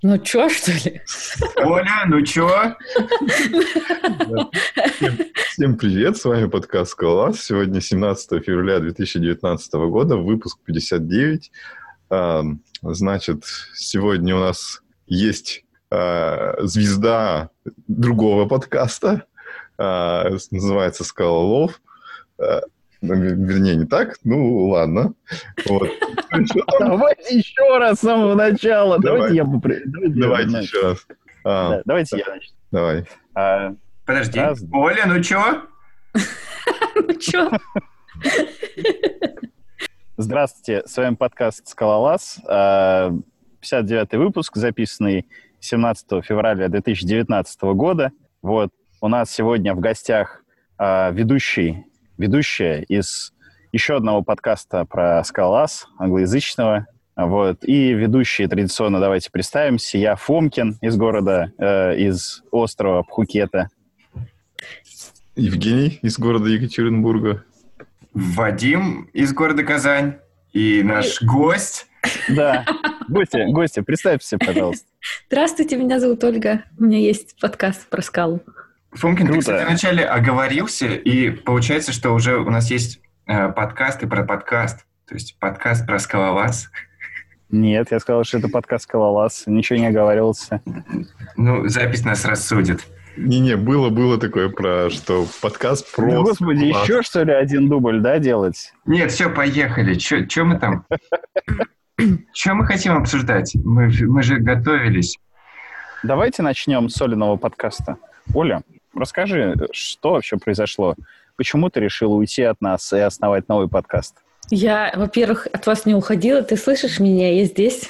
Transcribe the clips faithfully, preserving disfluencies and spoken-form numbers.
Ну чё, что ли? Оля, ну чё? Всем, всем привет, с вами подкаст «Скалолаз». Сегодня семнадцатого февраля две тысячи девятнадцатого года, выпуск пятьдесят девять. А, значит, сегодня у нас есть а, звезда другого подкаста, а, называется «Скалолов». А, вернее, не так, ну ладно. Вот. Давайте еще раз с самого начала. Давайте я попри... Давайте еще раз. А, да, давайте я начну. Давай. А, Подожди. раз... Оля, ну чё? Ну чё? Здравствуйте, с вами подкаст «Скалолаз». пятьдесят девятый выпуск, записанный семнадцатого февраля две тысячи девятнадцатого года. Вот. У нас сегодня в гостях ведущий, ведущая из еще одного подкаста про «Скалолаз», англоязычного. Вот. И ведущие традиционно, давайте представимся. Я Фомкин из города, э, из острова Пхукета. Евгений из города Екатеринбурга. Вадим из города Казань. И наш гость. Да, гости, гости, представьте, пожалуйста. Здравствуйте, меня зовут Ольга. У меня есть подкаст про скалу. Фомкин, Круто. ты, кстати, вначале оговорился, и получается, что уже у нас есть э, подкаст и про подкаст. То есть подкаст про «Скалолаз». Нет, я сказал, что это подкаст «Скалолаз». Ничего не оговаривался. Ну, запись нас рассудит. Не-не, было-было такое про, что подкаст про... Ну, господи, «Скалолаз». еще что ли один дубль, да, делать? Нет, все, поехали. Че мы там? Че мы хотим обсуждать? Мы, мы же готовились. Давайте начнем с Олиного подкаста. Оля, расскажи, что вообще произошло? Почему ты решила уйти от нас и основать новый подкаст? Я, во-первых, от вас не уходила. Ты слышишь меня? Я здесь.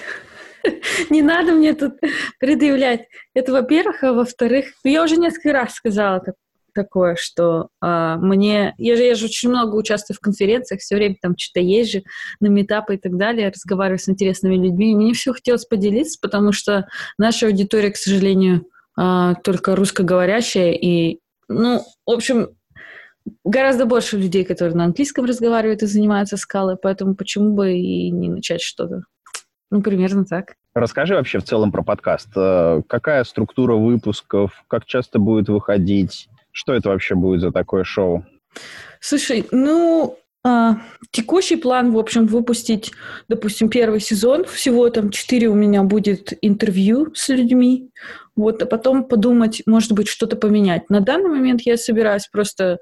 Не надо мне тут предъявлять. Это, во-первых. А во-вторых, я уже несколько раз сказала так, такое, что а, мне... Я же, я же очень много участвую в конференциях, все время там что-то езжу на митапы и так далее, разговариваю с интересными людьми. И мне все хотелось поделиться, потому что наша аудитория, к сожалению, а, только русскоговорящая. И, ну, в общем... Гораздо больше людей, которые на английском разговаривают и занимаются скалой, поэтому почему бы и не начать что-то? Ну, примерно так. Расскажи вообще в целом про подкаст. Какая структура выпусков, как часто будет выходить, что это вообще будет за такое шоу? Слушай, ну, а, текущий план, в общем, выпустить, допустим, первый сезон. Всего там четыре у меня будет интервью с людьми. Вот, а потом подумать, может быть, что-то поменять. На данный момент я собираюсь просто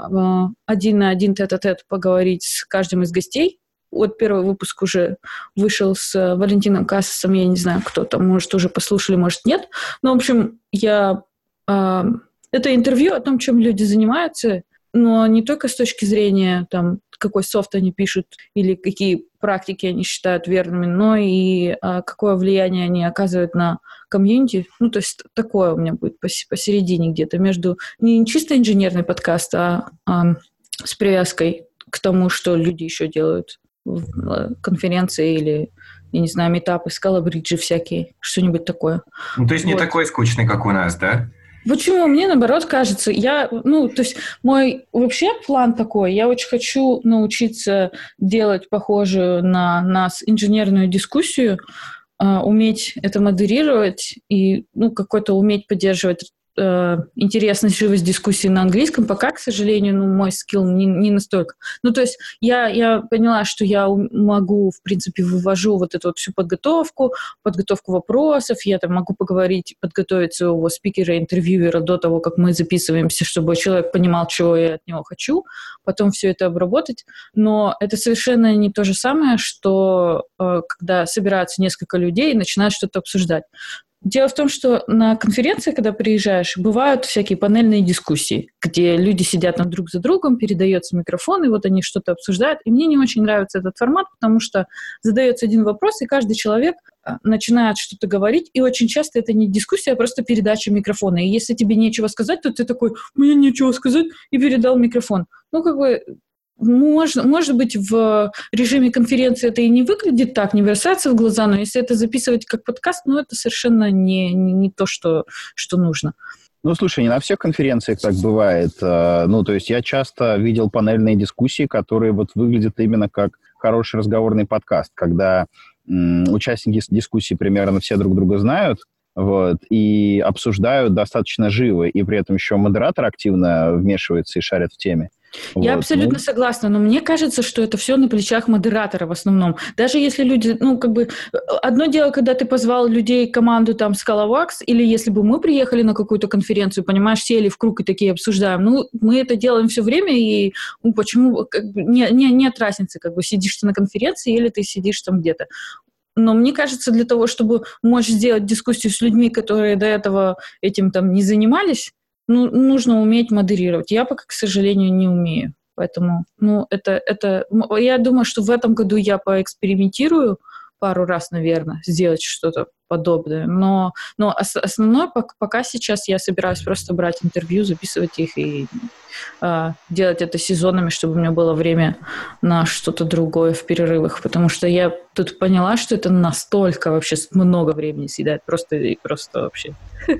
один на один тет-а-тет поговорить с каждым из гостей. Вот первый выпуск уже вышел с Валентином Кассасом. Я не знаю, кто там, может, уже послушали, может, нет. Но, в общем, я... Э, это интервью о том, чем люди занимаются, но не только с точки зрения, там, какой софт они пишут или какие практики они считают верными, но и а, какое влияние они оказывают на комьюнити. Ну, то есть такое у меня будет пос- посередине где-то между... Не чисто инженерный подкаст, а, а с привязкой к тому, что люди еще делают в конференции или, я не знаю, митапы, скалабриджи всякие, что-нибудь такое. Ну, то есть не Вот. такой скучный, как у нас, да? Почему? Мне, наоборот, кажется, я, ну, то есть мой вообще план такой, я очень хочу научиться делать похожую на нас инженерную дискуссию, э, уметь это модерировать и, ну, какой-то уметь поддерживать э, интересность, живость дискуссии на английском. Пока, к сожалению, ну, мой скилл не, не настолько. Ну, то есть я, я поняла, что я могу, в принципе, вывожу вот эту вот всю подготовку, подготовку вопросов, я там могу поговорить, подготовить своего спикера, интервьюера до того, как мы записываемся, чтобы человек понимал, чего я от него хочу, потом все это обработать. Но это совершенно не то же самое, что э, когда собираются несколько людей и начинают что-то обсуждать. Дело в том, что на конференции, когда приезжаешь, бывают всякие панельные дискуссии, где люди сидят там друг за другом, передается микрофон, и вот они что-то обсуждают. И мне не очень нравится этот формат, потому что задается один вопрос, и каждый человек начинает что-то говорить, и очень часто это не дискуссия, а просто передача микрофона. И если тебе нечего сказать, то ты такой, мне нечего сказать, и передал микрофон. Ну, как бы... Может, может быть, в режиме конференции это и не выглядит так, не бросается в глаза, но если это записывать как подкаст, ну, это совершенно не, не, не то, что, что нужно. Ну, слушай, не на всех конференциях так бывает. Ну, то есть я часто видел панельные дискуссии, которые вот выглядят именно как хороший разговорный подкаст, когда м, участники дискуссии примерно все друг друга знают, вот, и обсуждают достаточно живо, и при этом еще модератор активно вмешивается и шарит в теме. Я Вот. абсолютно Ну, согласна, но мне кажется, что это все на плечах модератора в основном. Даже если люди, ну, как бы, одно дело, когда ты позвал людей, команду там Scalavax, или если бы мы приехали на какую-то конференцию, понимаешь, сели в круг и такие обсуждаем. Ну, мы это делаем все время, и ну, почему, как бы, не, не, нет разницы, как бы, сидишь ты на конференции или ты сидишь там где-то. Но мне кажется, для того, чтобы мочь сделать дискуссию с людьми, которые до этого этим там не занимались, ну, нужно уметь модерировать. Я пока, к сожалению, не умею. Поэтому, ну, это, это... Я думаю, что в этом году я поэкспериментирую пару раз, наверное, сделать что-то подобное. Но, но основное, пока сейчас я собираюсь просто брать интервью, записывать их и э, делать это сезонами, чтобы у меня было время на что-то другое в перерывах. Потому что я тут поняла, что это настолько вообще много времени съедает. Просто, просто вообще...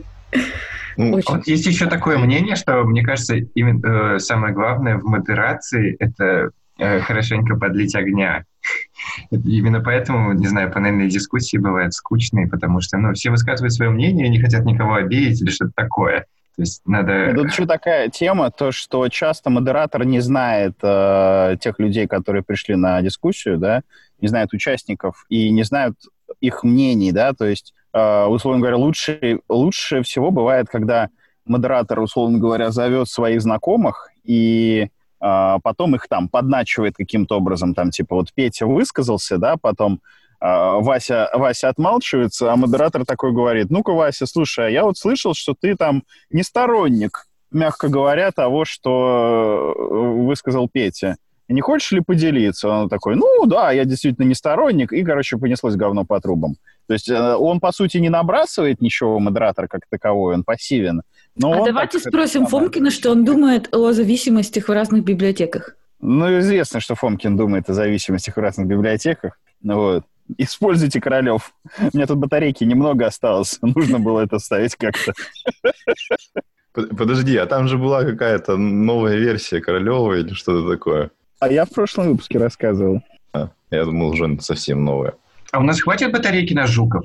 Ну, вот есть еще такое мнение, что, мне кажется, именно, э, самое главное в модерации — это э, хорошенько подлить огня. Именно поэтому, не знаю, панельные дискуссии бывают скучные, потому что, ну, все высказывают свое мнение, не хотят никого обидеть или что-то такое. То есть надо... Тут еще такая тема, то, что часто модератор не знает э, тех людей, которые пришли на дискуссию, да, не знает участников и не знают их мнений, да, то есть, э, условно говоря, лучше, лучше всего бывает, когда модератор, условно говоря, зовет своих знакомых и э, потом их там подначивает каким-то образом, там, типа, вот Петя высказался, да, потом э, Вася, Вася отмалчивается, а модератор такой говорит: ну-ка, Вася, слушай, а я вот слышал, что ты там не сторонник, мягко говоря, того, что высказал Петя. Не хочешь ли поделиться? Он такой: ну да, я действительно не сторонник, и, короче, понеслось говно по трубам. То есть э, он, по сути, не набрасывает ничего, модератор как таковой, он пассивен. Но а он давайте так, спросим это, Фомкина, что он думает о зависимостях в разных библиотеках. Ну, известно, что Фомкин думает о зависимостях в разных библиотеках. Вот. Используйте Королев. У меня тут батарейки немного осталось, нужно было это вставить как-то. Подожди, а там же была какая-то новая версия Королева или что-то такое? А я в прошлом выпуске рассказывал. А, я думал, уже совсем новая. А у нас хватит батарейки на Жуков?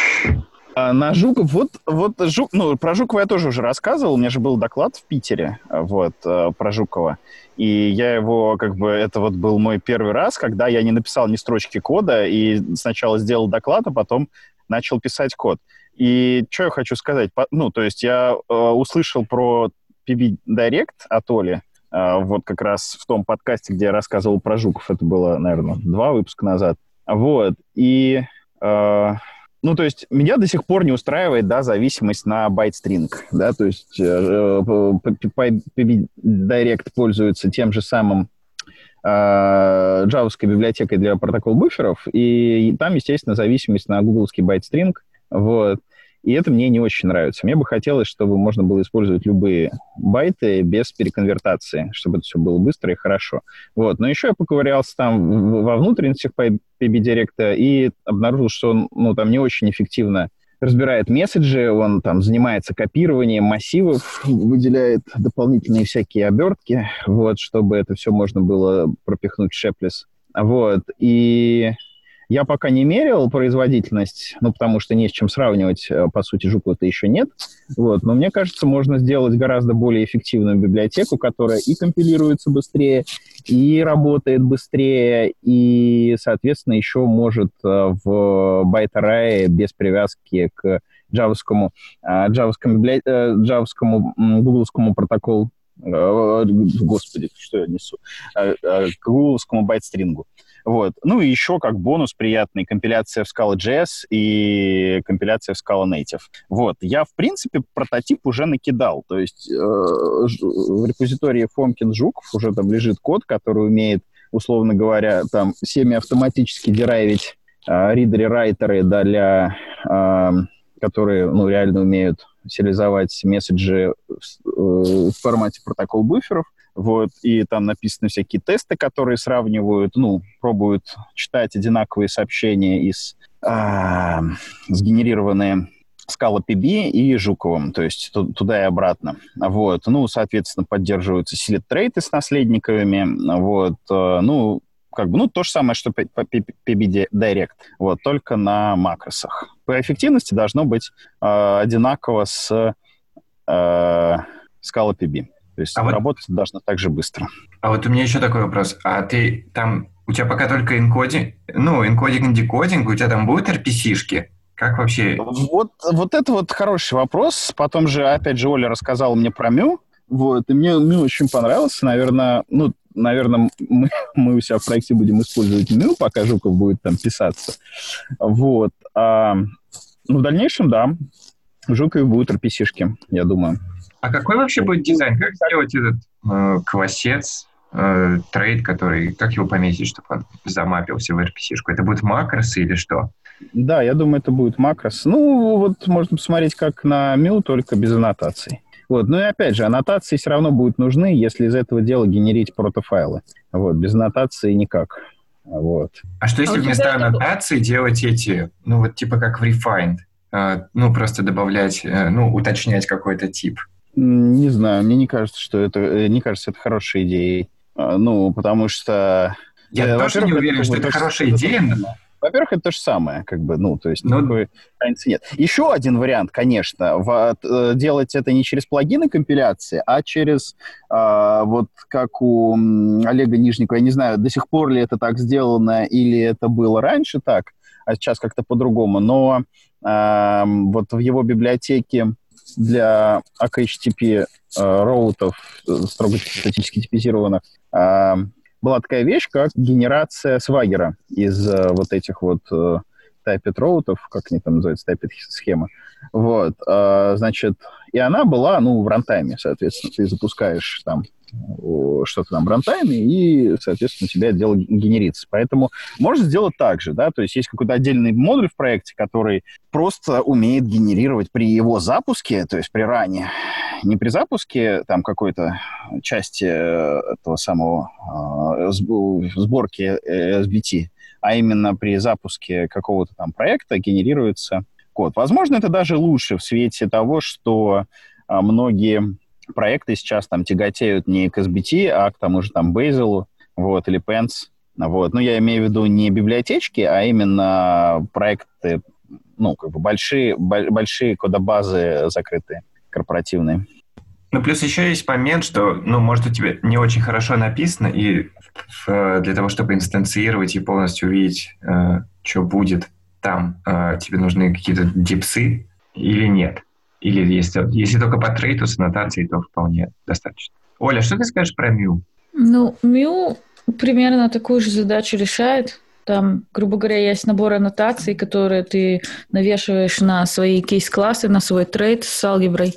А на Жуков, вот, вот Жук, ну, про Жукова я тоже уже рассказывал, у меня же был доклад в Питере, вот, про Жукова, и я его, как бы, это вот был мой первый раз, когда я не написал ни строчки кода, и сначала сделал доклад, а потом начал писать код. И что я хочу сказать, ну, то есть я э, услышал про пи би Direct от Оли, э, вот как раз в том подкасте, где я рассказывал про Жуков, это было, наверное, два выпуска назад, вот, и... Э, Ну, то есть меня до сих пор не устраивает, да, зависимость на байт-стринг, да, то есть э, пи би Direct пользуется тем же самым э, джавовской библиотекой для протокол-буферов, и там, естественно, зависимость на гугловский байт-стринг, вот, и это мне не очень нравится. Мне бы хотелось, чтобы можно было использовать любые байты без переконвертации, чтобы это все было быстро и хорошо. Вот. Но еще я поковырялся там во внутренностях пи би Direct и обнаружил, что он, ну, там не очень эффективно разбирает месседжи, он там занимается копированием массивов, выделяет дополнительные всякие обертки, вот, чтобы это все можно было пропихнуть в Shepless. Вот. И... Я пока не мерил производительность, ну, потому что не с чем сравнивать, по сути, Жукова-то еще нет. Вот. Но мне кажется, можно сделать гораздо более эффективную библиотеку, которая и компилируется быстрее, и работает быстрее, и, соответственно, еще может в байт-аррае без привязки к джавовскому, джавовскому, джавовскому гугловскому протоколу, господи, что я несу, к гугловскому байт-стрингу. Вот. Ну и еще как бонус приятный компиляция в Scala.js и компиляция в Scala Native. Вот. Я, в принципе, прототип уже накидал. То есть э, в репозитории Фомкин Жуков уже там лежит код, который умеет, условно говоря, там семиавтоматически дерайвить э, ридеры-райтеры для... Э, которые, ну, реально умеют сериализовать месседжи в, в формате протокол-буферов. Вот, и там написаны всякие тесты, которые сравнивают, ну, пробуют читать одинаковые сообщения из а, сгенерированные Scala пи би и Жуковым, то есть туда и обратно. Вот, ну, соответственно, поддерживаются select-трейты с наследниковыми. Вот, ну, как бы, ну, то же самое, что пи би ди Direct, вот, только на макросах. По эффективности должно быть э, одинаково с э, Scala пи би. То есть а работать вот, должно так же быстро. А вот у меня еще такой вопрос. А ты там, у тебя пока только энкодинг, ну, энкодинг и декодинг, у тебя там будут эр пи си-шки? Как вообще? Вот, вот это вот хороший вопрос. Потом же, опять же, Оля рассказала мне про Мю. Вот, и мне Мю очень понравился. Наверное, ну, наверное, мы, мы у себя в проекте будем использовать Мю, пока Жуков будет там писаться. Вот. А, ну, в дальнейшем, да, в Жукове будут эр пи си-шки, я думаю. А какой вообще будет дизайн? Как сделать этот э, квасец, э, трейд, который, как его пометить, чтобы он замапился в эр пи си-шку? Это будут макросы или что? Да, я думаю, это будет макрос. Ну, вот можно посмотреть, как на Мю, только без аннотаций. Вот. Ну и опять же, аннотации все равно будут нужны, если из этого дела генерить протофайлы. Вот. Без аннотации никак. Вот. А что если а вместо аннотации это... делать эти, ну вот типа как в Refined, э, ну просто добавлять, э, ну уточнять какой-то тип? Не знаю, мне не кажется, что это, не кажется, это хорошей идеей. Э, ну, потому что... Я э, тоже не уверен, это, что это хорошая идея. Во-первых, это то же самое, как бы, ну, то есть ну, никакой разницы нет. Еще один вариант, конечно, в, э, делать это не через плагины компиляции, а через, э, вот как у Олега Нижникова, я не знаю, до сих пор ли это так сделано, или это было раньше так, а сейчас как-то по-другому, но э, вот в его библиотеке для эй кей эйч ти пи э, роутов, строго статически типизированных, э, была такая вещь, как генерация свагера из uh, вот этих вот uh, typed роутов, как они там называются, typed схемы. Вот, uh, значит, и она была, ну, в рантайме, соответственно. Ты запускаешь там что-то там в рантайме, и, соответственно, у тебя это дело генерится. Поэтому можно сделать так же, да, то есть есть какой-то отдельный модуль в проекте, который просто умеет генерировать при его запуске, то есть при ране, не при запуске там какой-то части этого самого э, сборки эс би ти, а именно при запуске какого-то там проекта генерируется код. Возможно, это даже лучше в свете того, что э, многие проекты сейчас там тяготеют не к эс би ти, а к тому же там Bazel, вот, или Pens. Вот. Ну, я имею в виду не библиотечки, а именно проекты, ну, как бы большие, большие кодобазы закрытые, корпоративные. Ну, плюс еще есть момент, что, ну, может, у тебя не очень хорошо написано, и для того, чтобы инстанцировать и полностью увидеть, э, что будет там, э, тебе нужны какие-то дипсы или нет. Или если, если только по трейту с аннотацией, то вполне достаточно. Оля, что ты скажешь про Мю? Ну, Мю примерно такую же задачу решает. Там, грубо говоря, есть набор аннотаций, которые ты навешиваешь на свои кейс-классы, на свой трейд с алгеброй,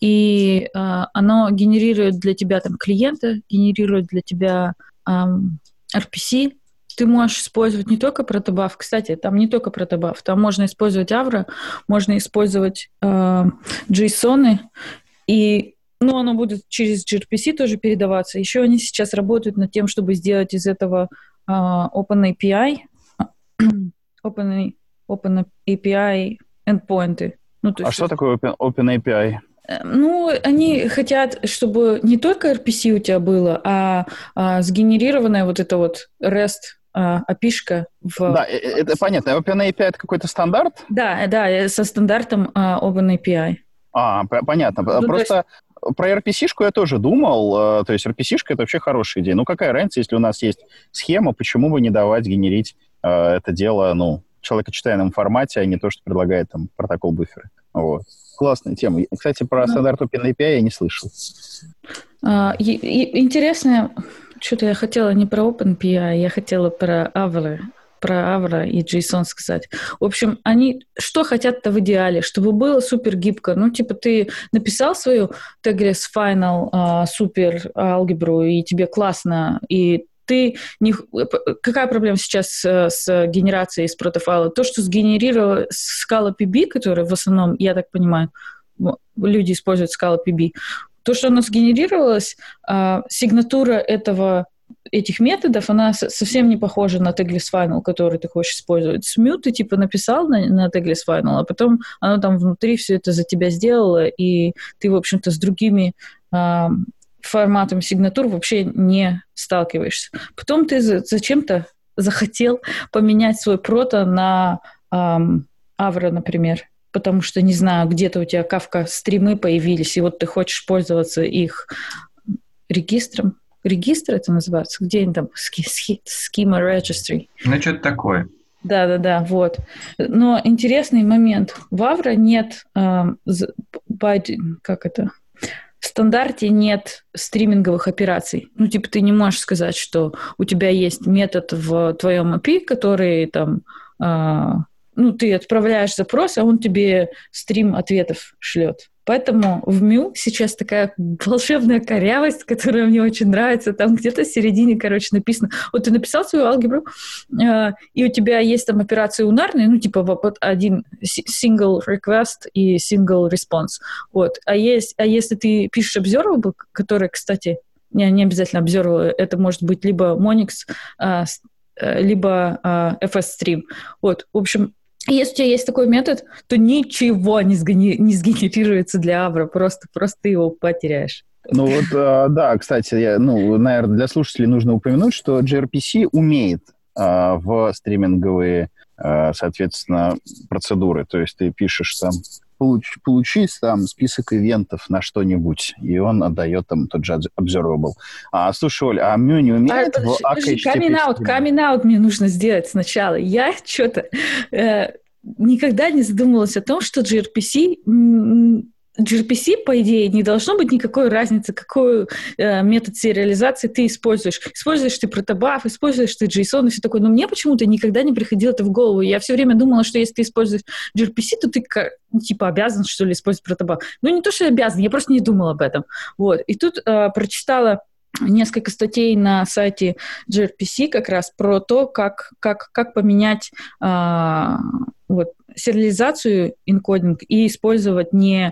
и э, оно генерирует для тебя там клиента, генерирует для тебя э, эр пи си. Ты можешь использовать не только протобаф, кстати, там не только протобаф, там можно использовать Avro, можно использовать э, JSON, и ну, оно будет через джи ар пи си тоже передаваться. Еще они сейчас работают над тем, чтобы сделать из этого uh, OpenAPI, Open, OpenAPI endpoints. Ну, а что такое Open, OpenAPI? Ну, они хотят, чтобы не только эр пи си у тебя было, а, а сгенерированная вот эта вот REST а, эй пи ай-шка. В... Да, это понятно. OpenAPI — это какой-то стандарт? Да, да, со стандартом а, OpenAPI. А, понятно. Ну, просто есть... про эр пи си-шку я тоже думал. То есть эр пи си-шка — это вообще хорошая идея. Ну, какая разница, если у нас есть схема, почему бы не давать генерить э, это дело, ну, в человекочитаемом формате, а не то, что предлагает там протокол буферы. Вот. Классная тема. Кстати, про стандарт OpenAPI я не слышал. А, и, и, интересно, что-то я хотела не про OpenAPI, я хотела про Avro, про Avro и JSON сказать. В общем, они что хотят-то в идеале? Чтобы было супер гибко. Ну, типа, ты написал свою Tagless Final а, супер алгебру, и тебе классно, и ты не... Какая проблема сейчас с, с генерацией из протофайла? То, что сгенерировала Scala пи би, которая в основном, я так понимаю, люди используют Scala пи би, то, что оно сгенерировалось, а, сигнатура этого, этих методов, она совсем не похожа на Tagless Final, который ты хочешь использовать. С Мю ты типа написал на, на Tagless Final, а потом оно там внутри все это за тебя сделало, и ты, в общем-то, с другими а, форматом сигнатур вообще не сталкиваешься. Потом ты зачем-то захотел поменять свой прото на эм, Avro, например, потому что, не знаю, где-то у тебя Kafka стримы появились, и вот ты хочешь пользоваться их регистром. Регистр это называется? Где они там? Schema Registry. Ну, что-то такое. Да-да-да, вот. Но интересный момент. В Avro нет, э, как это, в стандарте нет стриминговых операций. Ну, типа, ты не можешь сказать, что у тебя есть метод в твоем эй пи ай, который там, э, ну, ты отправляешь запрос, а он тебе стрим ответов шлет. Поэтому в Мю сейчас такая волшебная корявость, которая мне очень нравится. Там где-то в середине, короче, написано. Вот ты написал свою алгебру, э, и у тебя есть там операции унарные, ну, типа вот один single request и single response. Вот. А, есть, а если ты пишешь observable, который, кстати, не, не обязательно observable, это может быть либо Monix, э, либо э, эф эс-стрим. Вот. В общем, если у тебя есть такой метод, то ничего не, сгени- не сгенерируется для Avro, просто, просто ты его потеряешь. Ну вот, да, кстати, я, ну, наверное, для слушателей нужно упомянуть, что джей ар пи си умеет а, в стриминговые, а, соответственно, процедуры. То есть ты пишешь там, получ, получи там список ивентов на что-нибудь, и он отдает там тот же observable. А, слушай, Оль, а Мю не умеет а, в эй эйч ти ти пи? Coming out, coming out мне нужно сделать сначала. Я что-то э, никогда не задумывалась о том, что джей ар пи си... джей ар пи си, по идее, не должно быть никакой разницы, какой э, метод сериализации ты используешь. Используешь ты протобаф, используешь ты JSON и все такое. Но мне почему-то никогда не приходило это в голову. Я все время думала, что если ты используешь джей ар пи си, то ты ну, типа обязан, что ли, использовать протобаф. Ну, не то, что я обязан, я просто не думала об этом. Вот. И тут э, прочитала несколько статей на сайте джей ар пи си как раз про то, как, как, как поменять э, вот, сериализацию, энкодинг и использовать не,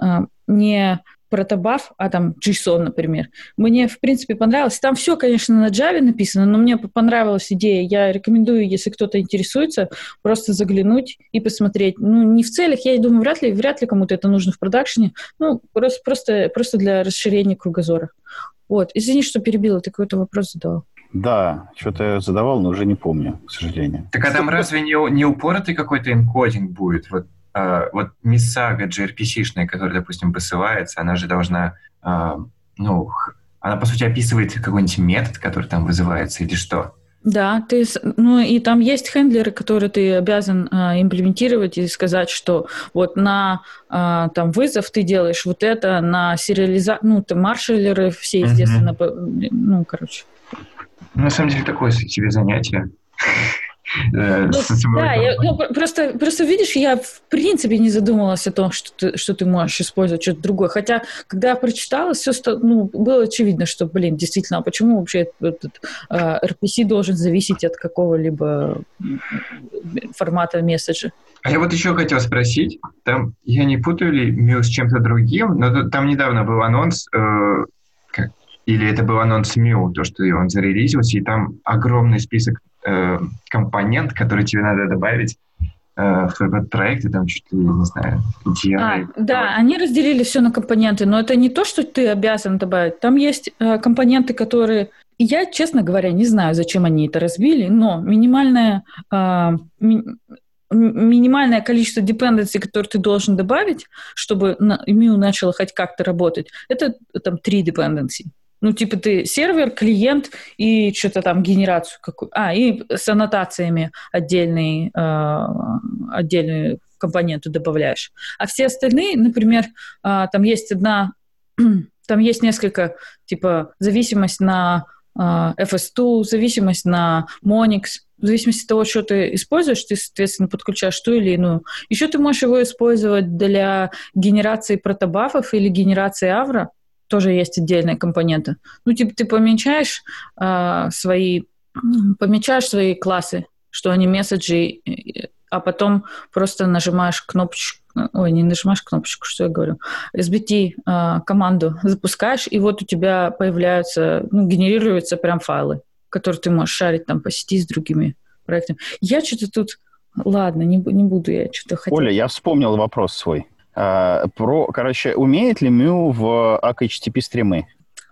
не протобаф, а там JSON, например. Мне, в принципе, понравилось. Там все, конечно, на Java написано, но мне понравилась идея. Я рекомендую, если кто-то интересуется, просто заглянуть и посмотреть. Ну, не в целях, я думаю, вряд ли, вряд ли кому-то это нужно в продакшене. Ну, просто, просто, просто для расширения кругозора. Вот. Извини, что перебила, ты какой-то вопрос задавал. Да, что-то я задавал, но уже не помню, к сожалению. Так а там разве не, не упоротый какой-то энкодинг будет? Вот, э, вот миссага джей ар пи си-шная, которая, допустим, посылается, она же должна, э, ну, она, по сути, описывает какой-нибудь метод, который там вызывается, или что? Да, ты, ну и там есть хендлеры, которые ты обязан э, имплементировать и сказать, что вот на э, там вызов ты делаешь вот это, на сериализацию, ну, ты маршалеры все, естественно, mm-hmm. ну, короче. Ну, на самом деле, такое себе занятие. Ну, да, я, ну, просто, просто, видишь, я в принципе не задумывалась о том, что ты, что ты можешь использовать что-то другое. Хотя, когда я прочитала, все ну, было очевидно, что, блин, действительно, а почему вообще этот э, эр пи си должен зависеть от какого-либо формата месседжа? А я вот еще хотел спросить, там, я не путаю ли Мю с чем-то другим, но там недавно был анонс, э, как, или это был анонс Мю, то, что он зарелизился, и там огромный список э, компонент, которые тебе надо добавить э, в этот проект, и там чуть ли, не знаю, ди ай. А, да, они разделили все на компоненты, но это не то, что ты обязан добавить. Там есть э, компоненты, которые... Я, честно говоря, не знаю, зачем они это разбили, но минимальная... Э, ми... минимальное количество dependency, которые ты должен добавить, чтобы Мю начало хоть как-то работать, это там три dependency. Ну, типа ты сервер, клиент и что-то там генерацию какую. А, и с аннотациями отдельные, э, отдельные компоненты добавляешь. А все остальные, например, э, там есть одна, там есть несколько, типа, зависимость на э, эф эс два, зависимость на Monix. В зависимости от того, что ты используешь, ты, соответственно, подключаешь ту или иную. Еще ты можешь его использовать для генерации протобафов или генерации Avro. Тоже есть отдельные компоненты. Ну, типа, ты помечаешь э, свои, помечаешь свои классы, что они месседжи, а потом просто нажимаешь кнопочку, ой, не нажимаешь кнопочку, что я говорю, эс би ти э, команду запускаешь, и вот у тебя появляются, ну, генерируются прям файлы, которые ты можешь шарить там по сети с другими проектами. Я что-то тут... Ладно, не, не буду я что-то хотеть. Оля, я вспомнил вопрос свой. Uh, про, короче, умеет ли Мю в эй эйч ти ти пи стримы?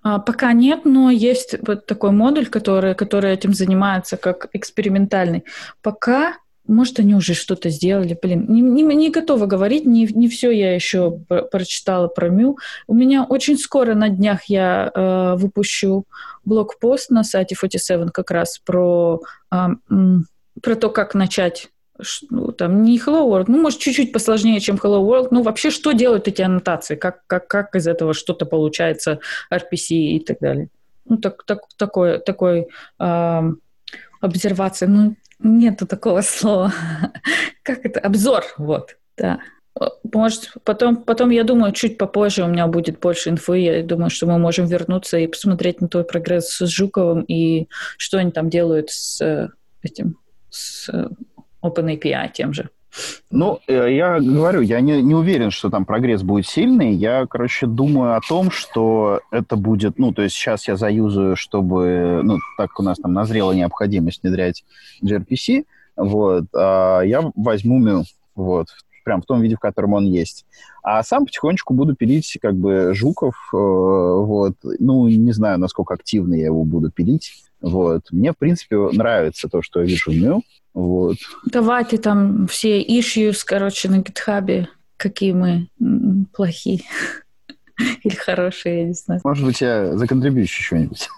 А, пока нет, но есть вот такой модуль, который, который этим занимается как экспериментальный. Пока, может, они уже что-то сделали, блин, не, не, не готова говорить, не, не все я еще про- прочитала про Мю. У меня очень скоро на днях я э, выпущу блогпост на сайте сорок семь как раз про, э, м, про то, как начать. Ну, там не Hello World, ну, может, чуть-чуть посложнее, чем Hello World. Ну, вообще, что делают эти аннотации? Как, как, как из этого что-то получается, ар пи си и так далее? Ну, так, так, такой, такой э, обсервация. Ну, нету такого слова. Как это? Обзор, вот, да. Может, потом, потом, я думаю, чуть попозже у меня будет больше инфы. Я думаю, что мы можем вернуться и посмотреть на твой прогресс с Жуковым и что они там делают с этим, с OpenAPI тем же. Ну, я говорю, я не, не уверен, что там прогресс будет сильный. Я, короче, думаю о том, что это будет... Ну, то есть сейчас я заюзаю, чтобы... Ну, так как у нас там назрела необходимость внедрять джей ар пи си, вот, а я возьму Мю, вот, прям в том виде, в котором он есть. А сам потихонечку буду пилить, как бы, Жуков, э, вот. Ну, не знаю, насколько активно я его буду пилить. Вот. Мне, в принципе, нравится то, что я вижу в Мю. Вот. Давайте там все issues, короче, на гитхабе, какие мы плохие или хорошие, я не знаю. Может быть, я законтрибьючу что-нибудь.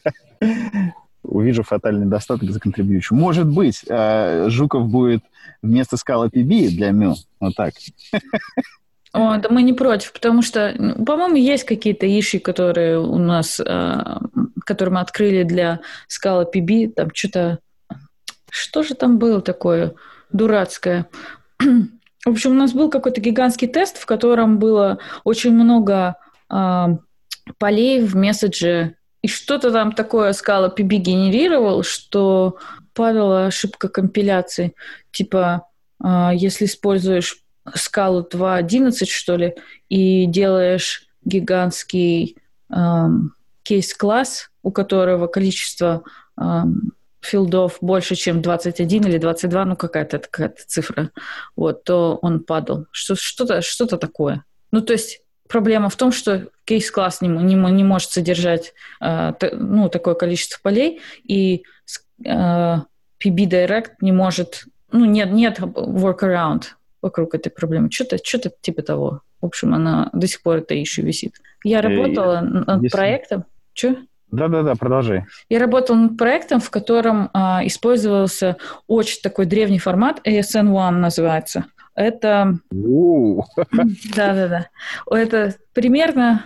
Увижу фатальный недостаток, законтрибьючу. Может быть, Жуков будет вместо Scala пи би для Мю. Вот так. О, да мы не против, потому что, по-моему, есть какие-то иши, которые у нас, которые мы открыли для Scala пи би, там что-то... Что же там было такое дурацкое? В общем, у нас был какой-то гигантский тест, в котором было очень много э, полей в месседже, и что-то там такое Scala пи би генерировал, что падала ошибка компиляции. Типа, э, если используешь Scala два точка одиннадцать, что ли, и делаешь гигантский э, кейс-класс, у которого количество... Э, филдов больше, чем двадцать один или двадцать два, ну какая-то такая цифра, вот, то он падал. Что, что-то, что-то такое. Ну, то есть проблема в том, что кейс-класс не, не, не может содержать э, т, ну, такое количество полей, и э, пи би Direct не может, ну, нет, нет workaround вокруг этой проблемы. Что-то, что-то типа того. В общем, она до сих пор это еще висит. Я работала э, над если... проектом. Что? Да-да-да, продолжай. Я работала над проектом, в котором а, использовался очень такой древний формат, эй эс эн один называется. Это... Да-да-да. Это примерно...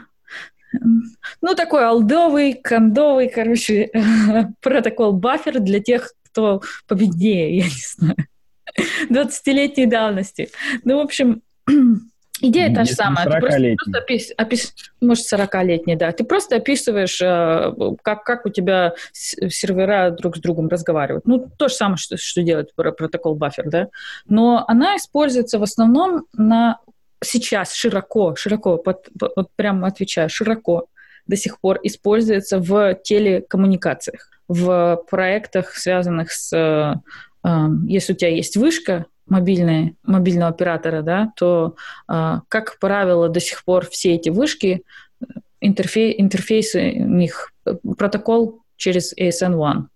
Ну, такой олдовый, кондовый, короче, протокол-баффер для тех, кто победнее, я не знаю, двадцатилетней давности. Ну, в общем... Идея та же самая. Ты просто, просто опис, опис, может, сорокалетний, да. Ты просто описываешь, как, как у тебя сервера друг с другом разговаривают. Ну, то же самое, что, что делает протокол баффер, да. Но она используется в основном на сейчас широко, широко, под, вот прямо отвечаю, широко до сих пор используется в телекоммуникациях, в проектах, связанных с... Если у тебя есть вышка, мобильные, мобильного оператора, да, то, а, как правило, до сих пор все эти вышки, интерфей, интерфейсы у них, протокол через эй эс эн один.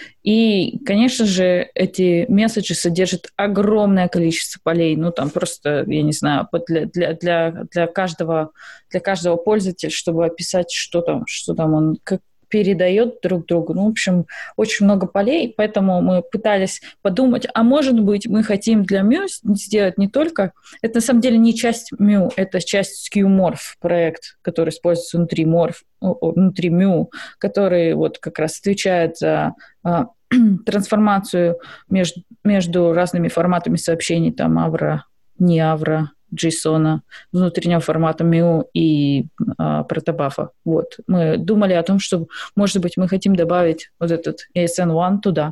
И, конечно же, эти месседжи содержат огромное количество полей. Ну, там просто, я не знаю, для, для, для, для, каждого, для каждого пользователя, чтобы описать, что там, что там он, как передает друг другу. Ну, в общем, очень много полей, поэтому мы пытались подумать, а может быть, мы хотим для Мю сделать не только... Это на самом деле не часть Мю, это часть SkewMorph проект, который используется внутри Morph, внутри Мю, который вот как раз отвечает за а, трансформацию между, между разными форматами сообщений, там, Avro, не Avro, JSON, внутреннего формата Мю и а, протобафа. Вот. Мы думали о том, что, может быть, мы хотим добавить вот этот эй эс эн один туда.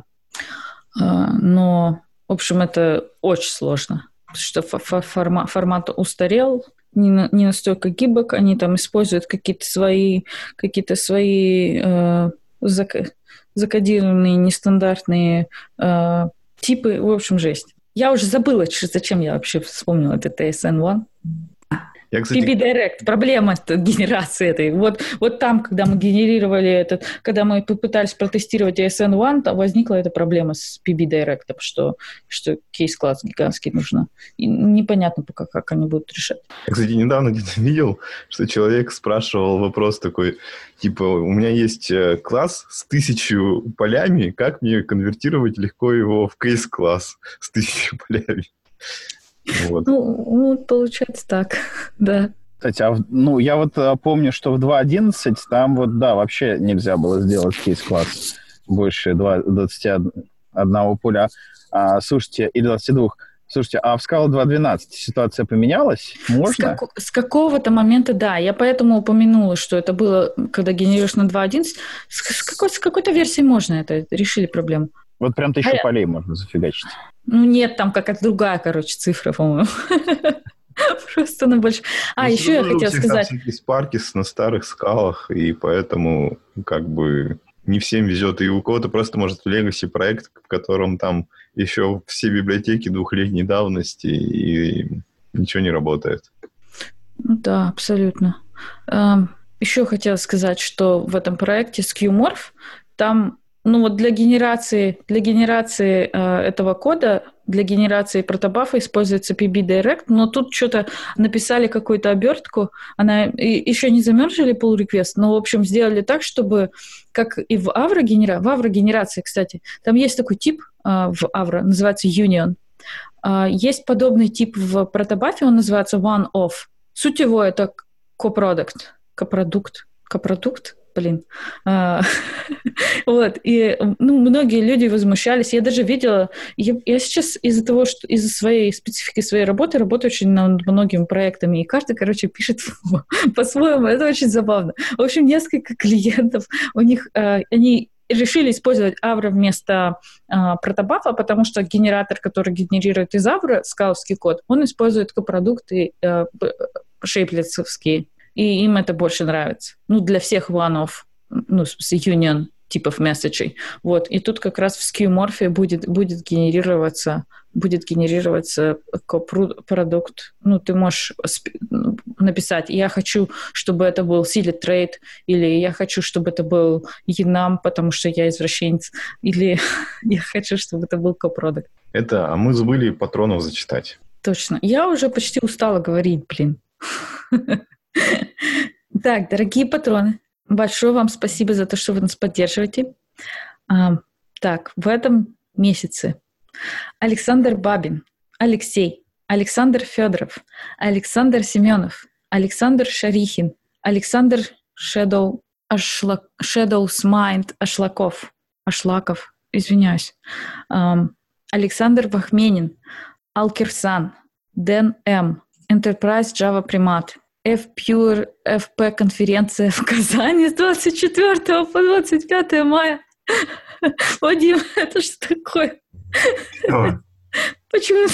А, но, в общем, это очень сложно, потому что формат, формат устарел, не, на, не настолько гибок, они там используют какие-то свои, какие-то свои э, зак, закодированные, нестандартные э, типы. В общем, жесть. Я уже забыла, зачем я вообще вспомнила этот эй эс эн один. Я, кстати... пи би Direct, проблема генерации этой. Вот, вот там, когда мы генерировали этот, когда мы попытались протестировать эй эс эн один, там возникла эта проблема с пи би Direct, что, что кейс-класс гигантский нужно. И непонятно пока, как они будут решать. Я, кстати, недавно где-то видел, что человек спрашивал вопрос такой, типа, у меня есть класс с тысячу полями, как мне конвертировать легко его в кейс-класс с тысячу полями? Вот. Ну, ну, получается так, да. Кстати, а в, ну, я вот а, помню, что в два точка одиннадцать там вот, да, вообще нельзя было сделать кейс-класс больше двадцати одного поля. А, слушайте, или двадцати двух. Слушайте, а в Scala два точка двенадцать ситуация поменялась? Можно? С, как, с какого-то момента, да. Я поэтому упомянула, что это было, когда генерируешь на два точка одиннадцать. С, с, какой, с какой-то версии можно это? Решили проблему. Вот прям тысячу а полей я... можно зафигачить. Ну, нет, там какая-то другая, короче, цифра, по-моему. Просто на больше. А, еще я хотела сказать... Там спарки на старых скалах, и поэтому как бы не всем везет. И у кого-то просто может в Legacy проект, в котором там еще все библиотеки двухлетней давности, и ничего не работает. Ну да, абсолютно. Еще хотела сказать, что в этом проекте SkewMorph там... Ну вот для генерации, для генерации э, этого кода, для генерации протобафа используется пи би Direct, но тут что-то написали какую-то обертку, она и, еще не замержили pull request, но, в общем, сделали так, чтобы, как и в Avro генера... в Avro генерации, кстати, там есть такой тип э, в Avro, называется Union. Э, есть подобный тип в протобафе, он называется one-off. Суть его — это cопродукт, cопродукт, cопродукт. Блин. А, вот. И ну, многие люди возмущались. Я даже видела... Я, я сейчас из-за того, что из-за своей специфики своей работы работаю очень над многими проектами, и каждый, короче, пишет по-своему. Это очень забавно. В общем, несколько клиентов, у них... А, они решили использовать Avro вместо а, протобафа, потому что генератор, который генерирует из Avro скаловский код, он использует копродукты а, шейплетсовские. И им это больше нравится. Ну, для всех one-off, ну, с union типов месседжей. Вот. И тут как раз в SkewMorph будет, будет генерироваться, будет генерироваться продукт. Ну, ты можешь написать, я хочу, чтобы это был sealed trade, или я хочу, чтобы это был enum, потому что я извращенец, или я хочу, чтобы это был cопродукт. Это, а мы забыли патронов зачитать. Точно. Я уже почти устала говорить, блин. Так, дорогие патроны, большое вам спасибо за то, что вы нас поддерживаете. А, так, в этом месяце Александр Бабин, Алексей, Александр Федоров, Александр Семенов, Александр Шарихин, Александр Shadow, Ашла, Shadow's Mind Ашлаков, Ашлаков, извиняюсь, а, Александр Вахменин, Алкирсан, Дэн М, Enterprise Java Primat, F-Pure эф пи конференция в Казани с двадцать четвёртого по двадцать пятое мая. Вадим, это что такое? Что? Почему?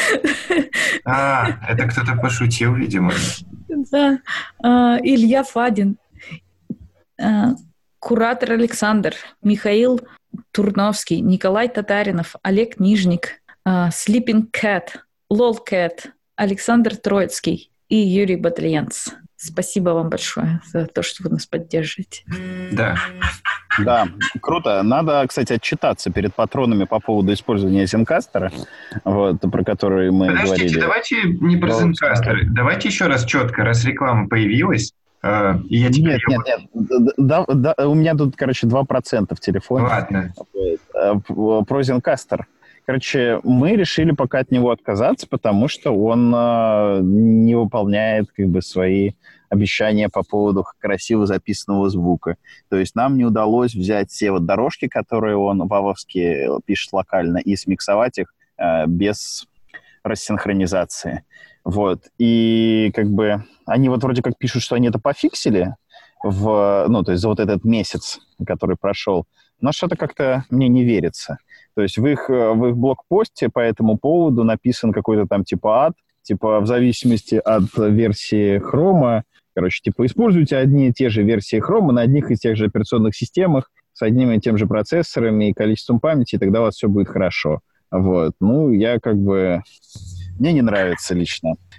А, это кто-то пошутил, видимо. Да. А, Илья Фадин, а, куратор Александр, Михаил Турновский, Николай Татаринов, Олег Нижник, а, Sleeping Cat, Lolcat, Александр Троицкий и Юрий Батальянц. Спасибо вам большое за то, что вы нас поддерживаете. Да. Да, круто. Надо, кстати, отчитаться перед патронами по поводу использования Zencastr, вот, про который мы Подождите, говорили. давайте не про Zencastr. Давайте еще раз четко, раз реклама появилась, э, и я теперь... Нет, нет, нет. Да, да, у меня тут, короче, два процента в телефоне. Ладно. Про Zencastr. Короче, мы решили пока от него отказаться, потому что он э, не выполняет как бы свои обещания по поводу красиво записанного звука. То есть нам не удалось взять все вот дорожки, которые он вавовски пишет локально, и смиксовать их э, без рассинхронизации. Вот. И как бы они вот вроде как пишут, что они это пофиксили, в, ну, то есть за вот этот месяц, который прошел, но что-то как-то мне не верится. То есть в их, в их блогпосте по этому поводу написан какой-то там типа ад, типа в зависимости от версии Chrome, короче, типа используйте одни и те же версии Chrome на одних и тех же операционных системах с одними и тем же процессорами и количеством памяти, и тогда у вас все будет хорошо. Вот. Ну, я как бы... Мне не нравится лично.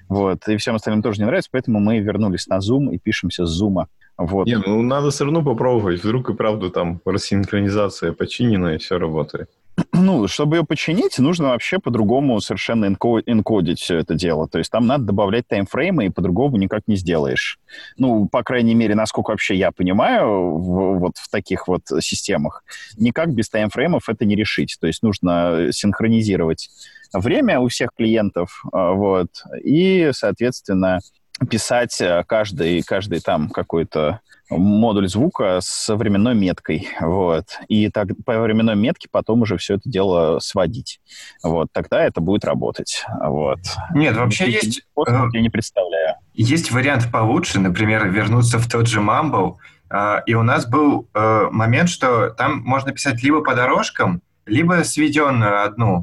Вот. И всем остальным тоже не нравится, поэтому мы вернулись на Zoom и пишемся с Zoom. Вот. Не, ну надо все равно попробовать. Вдруг и правда там рассинхронизация починена, и все работает. Ну, чтобы ее починить, нужно вообще по-другому совершенно инко- инкодить все это дело. То есть там надо добавлять таймфреймы, и по-другому никак не сделаешь. Ну, по крайней мере, насколько вообще я понимаю, в, вот в таких вот системах, никак без таймфреймов это не решить. То есть нужно синхронизировать время у всех клиентов, вот, и, соответственно, писать каждый, каждый там какой-то модуль звука с временной меткой, вот, и так по временной метке потом уже все это дело сводить, вот, тогда это будет работать, вот. Нет, вообще и есть... Способ, я не представляю. Есть вариант получше, например, вернуться в тот же Mumble, и у нас был момент, что там можно писать либо по дорожкам, либо сведенную одну,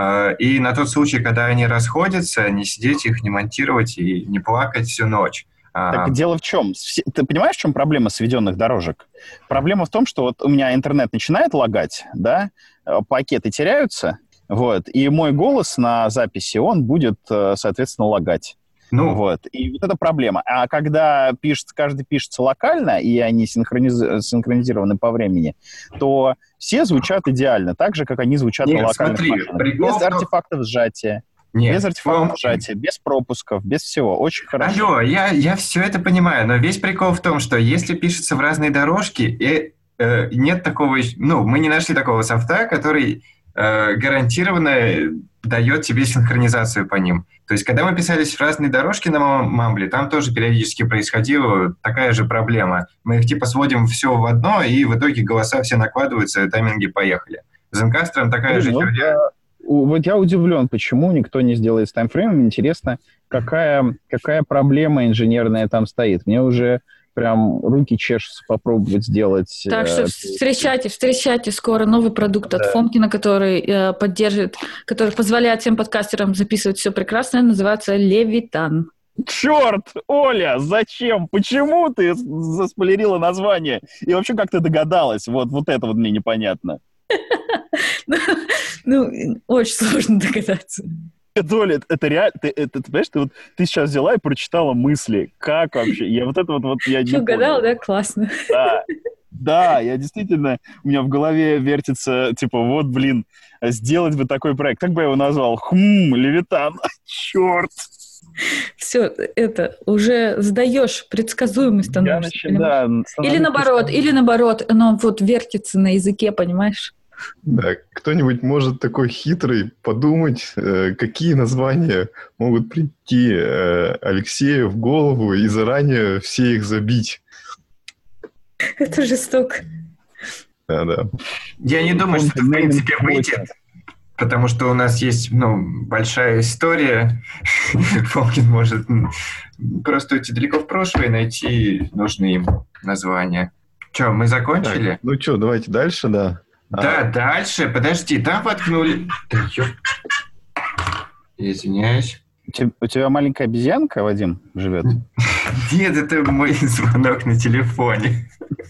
и на тот случай, когда они расходятся, не сидеть их, не монтировать и не плакать всю ночь. Так дело в чем? Ты понимаешь, в чем проблема сведенных дорожек? Проблема в том, что вот у меня интернет начинает лагать, да, пакеты теряются, вот, и мой голос на записи, он будет, соответственно, лагать. Ну. Вот. И вот это проблема. А когда пишет, каждый пишется локально, и они синхрониз... синхронизированы по времени, то все звучат идеально, так же, как они звучат Нет, на локальных смотри, машинах. прикол, без но... артефактов сжатия. Нет, без артефактов ну... сжатия, без пропусков, без всего. Очень хорошо. Алло, я, я все это понимаю, но весь прикол в том, что если пишется в разные дорожки, и, э, нет такого... Ну, мы не нашли такого софта, который э, гарантированно дает тебе синхронизацию по ним. То есть, когда мы писались в разные дорожки на Мамбле, там тоже периодически происходила такая же проблема. Мы их типа сводим все в одно, и в итоге голоса все накладываются, тайминги поехали. С Zencastr такая Блин, же вот теория. Я, вот я удивлен, почему никто не сделает с таймфреймом. Интересно, какая, какая проблема инженерная там стоит. Мне уже прям руки чешутся попробовать сделать. Так что встречайте, встречайте скоро новый продукт от да. Фомкина, который э, поддерживает, который позволяет всем подкастерам записывать все прекрасное, называется Левитан. Черт, Оля, зачем? Почему ты заспойлерила название? И вообще, как ты догадалась? Вот, вот это вот мне непонятно. Ну, очень сложно догадаться. Оля, это реально, ты, это, ты понимаешь, ты, вот, ты сейчас взяла и прочитала мысли. Как вообще? Я вот это вот, вот я не Что, угадала, да? Классно. Да, да, я действительно, у меня в голове вертится, типа, вот, блин, сделать бы такой проект. Как бы я его назвал? Хм, Левитан. Черт. Все, это, уже сдаешь, предсказуемый становишься. Да, или наоборот, или наоборот, оно вот вертится на языке, понимаешь? Да, кто-нибудь может такой хитрый подумать, э, какие названия могут прийти э, Алексею в голову и заранее все их забить. Это жестоко. Да, да. Я не думаю, что это в принципе выйдет, потому что у нас есть, ну, большая история. Фомкин может просто уйти далеко в прошлое и найти нужные ему названия. Че, мы закончили? Так, ну что, давайте дальше, да. Да, а... дальше. Подожди, там воткнули... Да, ё... Извиняюсь. У тебя, у тебя маленькая обезьянка, Вадим, живет? Нет, это мой звонок на телефоне.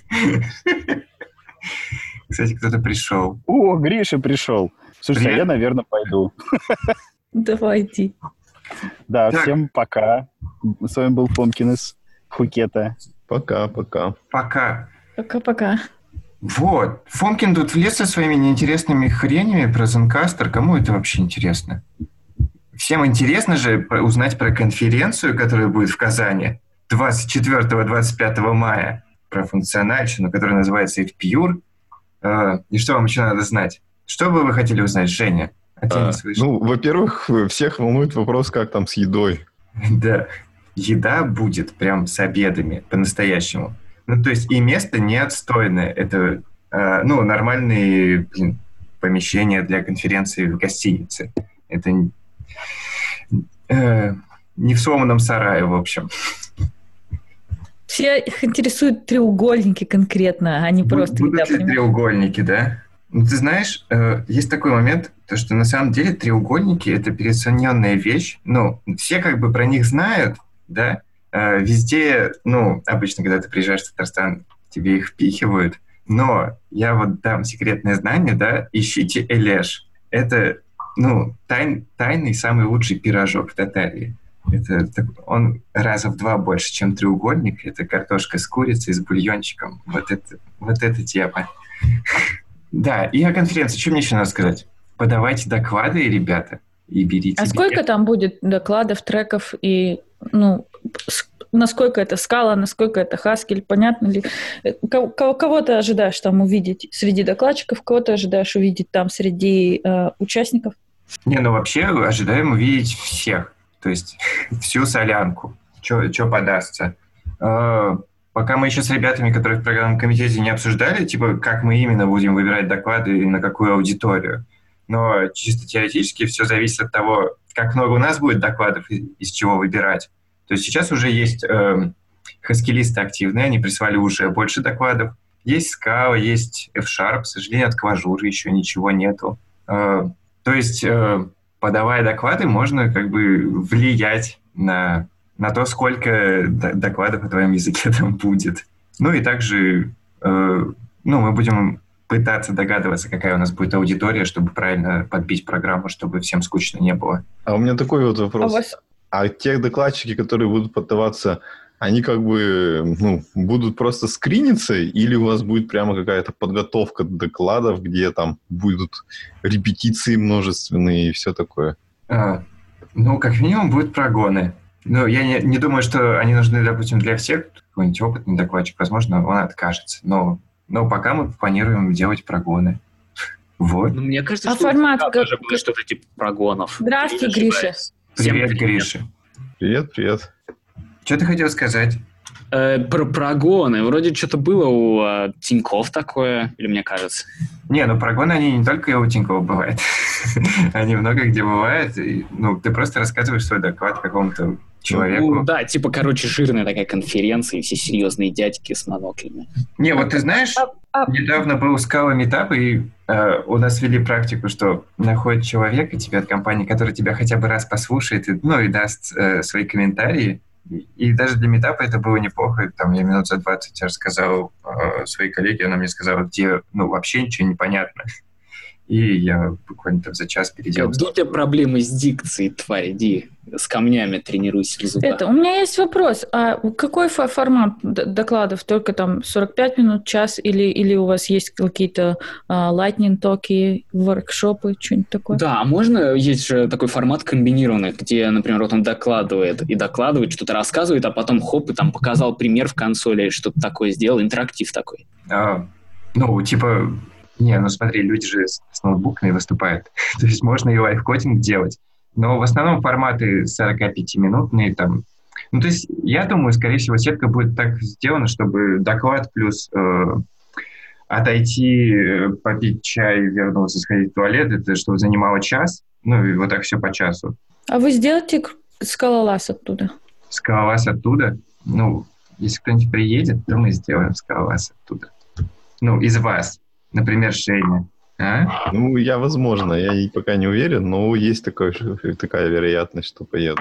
Кстати, кто-то пришел. О, Гриша пришел. Слушай, а я, наверное, пойду. Давай, иди. Да, так. Всем пока. С вами был Фомкин из Пхукета. Пока-пока. Пока. Пока-пока. Вот. Фомкин тут влез со своими неинтересными хренями про Zencastr. Кому это вообще интересно? Всем интересно же узнать про конференцию, которая будет в Казани двадцать четвёртого - двадцать пятого мая, про функциональщину, которая называется ItPure. И что вам еще надо знать? Что бы вы хотели узнать, Женя? А а, ну, во-первых, всех волнует вопрос, как там с едой. Да, еда будет прям с обедами, по-настоящему. Ну, то есть и место не отстойное. Это, э, ну, нормальные, блин, помещения для конференции в гостинице. Это э, не в сломанном сарае, в общем. Все их интересуют треугольники конкретно, а не просто Будут еда. Будут ли треугольники, да? Ну, ты знаешь, э, есть такой момент, то, что на самом деле треугольники — это переоцененная вещь. Ну, все как бы про них знают, да? Э, везде, ну, обычно, когда ты приезжаешь в Татарстан, тебе их впихивают. Но я вот дам секретное знание, да? Ищите Элеш. Это, ну, тай, тайный самый лучший пирожок в Татарии. Это, он раза в два больше, чем треугольник. Это картошка с курицей, с бульончиком. Вот это, вот эта тема. Да, и о конференции. Что мне еще надо сказать? Подавайте доклады, ребята, и берите... А сколько там будет докладов, треков и, ну, насколько это скала, насколько это Haskell, понятно ли? Кого, кого ты ожидаешь там увидеть среди докладчиков, кого ты ожидаешь увидеть там среди э, участников? Не, ну вообще ожидаем увидеть всех. То есть всю солянку, что подастся. Э, пока мы еще с ребятами, которые в программном комитете не обсуждали, типа, как мы именно будем выбирать доклады и на какую аудиторию. Но чисто теоретически все зависит от того, как много у нас будет докладов и из чего выбирать. То есть сейчас уже есть э, хаскилисты активные, они прислали уже больше докладов. Есть Scala, есть F-Sharp, к сожалению, от Кважуры еще ничего нету. Э, то есть, э, подавая доклады, можно как бы влиять на, на то, сколько докладов о твоем языке там будет. Ну и также э, ну, мы будем пытаться догадываться, какая у нас будет аудитория, чтобы правильно подбить программу, чтобы всем скучно не было. А у меня такой вот вопрос. А, вас... а те докладчики, которые будут подаваться, они как бы ну, будут просто скриниться, или у вас будет прямо какая-то подготовка докладов, где там будут репетиции множественные и все такое? А, ну, как минимум, будут прогоны. Ну, я не, не думаю, что они нужны, допустим, для всех. Какой-нибудь опытный докладчик, возможно, он откажется. Но, но пока мы планируем делать прогоны. Вот. Ну, мне кажется, а что формат как... тоже как... было что-то типа прогонов. Здравствуй, Гриша. Привет, Гриша. Привет, привет. Что ты хотел сказать? Э, про прогоны. Вроде что-то было у э, Тинькофф такое, или мне кажется? Не, ну прогоны, они не только и у Тинькофф бывают. Они много где бывают. И, ну, ты просто рассказываешь свой доклад какому-то человеку. Ну, да, типа, короче, жирная такая конференция, и все серьезные дядьки с моноклями. Не, вот ты знаешь, недавно был Scala Meetup, и э, у нас вели практику, что находит человека тебе от компании, который тебя хотя бы раз послушает, и, ну, и даст э, свои комментарии. И даже для метапа это было неплохо. Там я минут за двадцать рассказал э, своей коллеге, она мне сказала, где ну, вообще ничего не понятно. И я буквально там за час переделал. Где у тебя проблемы с дикцией, тварь? Иди с камнями тренируйся в зубах. Это, у меня есть вопрос. А какой формат докладов? Только там сорок пять минут, час? Или, или у вас есть какие-то uh, lightning токи, воркшопы, что-нибудь такое? Да, можно, есть же такой формат комбинированный, где, например, вот он докладывает и докладывает, что-то рассказывает, а потом хоп, и там показал пример в консоли, что-то такое сделал, интерактив такой. А, ну, типа... Не, ну смотри, люди же с, с ноутбуками выступают. То есть можно и лайфкодинг делать. Но в основном форматы сорокапятиминутные там. Ну, то есть я думаю, скорее всего, сетка будет так сделана, чтобы доклад плюс э, отойти, попить чай, вернуться, сходить в туалет, это чтобы занимало час. Ну, и вот так все по часу. А вы сделаете скалолаз оттуда? Скалолаз оттуда? Ну, если кто-нибудь приедет, то мы сделаем скалолаз оттуда. Ну, из вас. Например, Женя. А? Ну, я, возможно, я пока не уверен, но есть такое, такая вероятность, что поеду.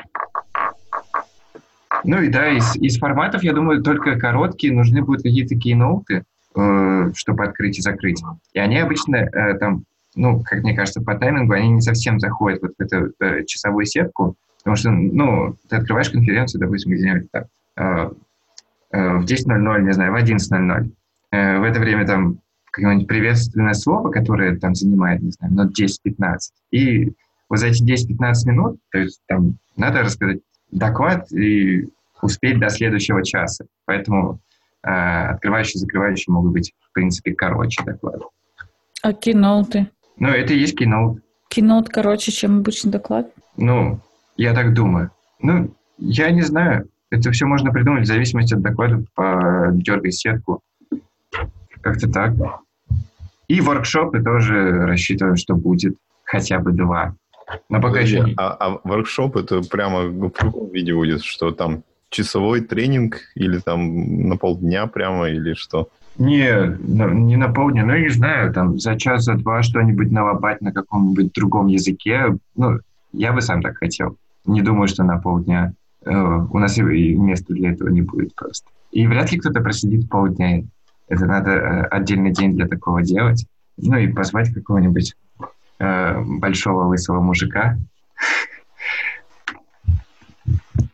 Ну и да, из, из форматов, я думаю, только короткие, нужны будут какие-то кейноуты, э, чтобы открыть и закрыть. И они обычно э, там, ну, как мне кажется, по таймингу, они не совсем заходят вот в эту э, часовую сетку, потому что, ну, ты открываешь конференцию, допустим, где-нибудь так, э, э, в десять ноль ноль, не знаю, в одиннадцать ноль ноль. Э, в это время там какое-нибудь приветственное слово, которое там занимает, не знаю, минут десять-пятнадцать. И вот за эти десять-пятнадцать минут, то есть там надо рассказать доклад и успеть до следующего часа. Поэтому э, открывающие и закрывающие могут быть, в принципе, короче доклады. А киноуты? Ну, это и есть киноут. Киноут короче, чем обычный доклад? Ну, я так думаю. Ну, я не знаю. Это все можно придумать в зависимости от докладов, подергай сетку. Как-то так. И воркшопы тоже рассчитываю, что будет хотя бы два. Но пока Подожди, еще не... а, а воркшоп это прямо в каком виде будет? Что там часовой тренинг или там на полдня прямо или что? Не, не на полдня, но я не знаю, там за час, за два что-нибудь налобать на каком-нибудь другом языке. Ну, я бы сам так хотел. Не думаю, что на полдня. У нас и места для этого не будет просто. И вряд ли кто-то просидит полдня. Это надо отдельный день для такого делать. Ну и позвать какого-нибудь э, большого лысого мужика.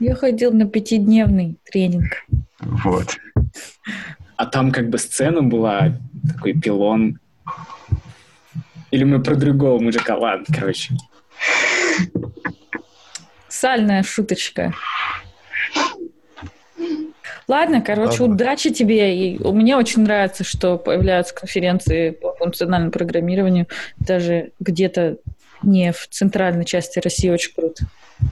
Я ходил на пятидневный тренинг. Вот. А там как бы сцена была, такой пилон. Или мы про другого мужика? Ладно, короче. Сальная шуточка. Ладно, короче, Ладно. Удачи тебе. И мне очень нравится, что появляются конференции по функциональному программированию даже где-то не в центральной части России. Очень круто.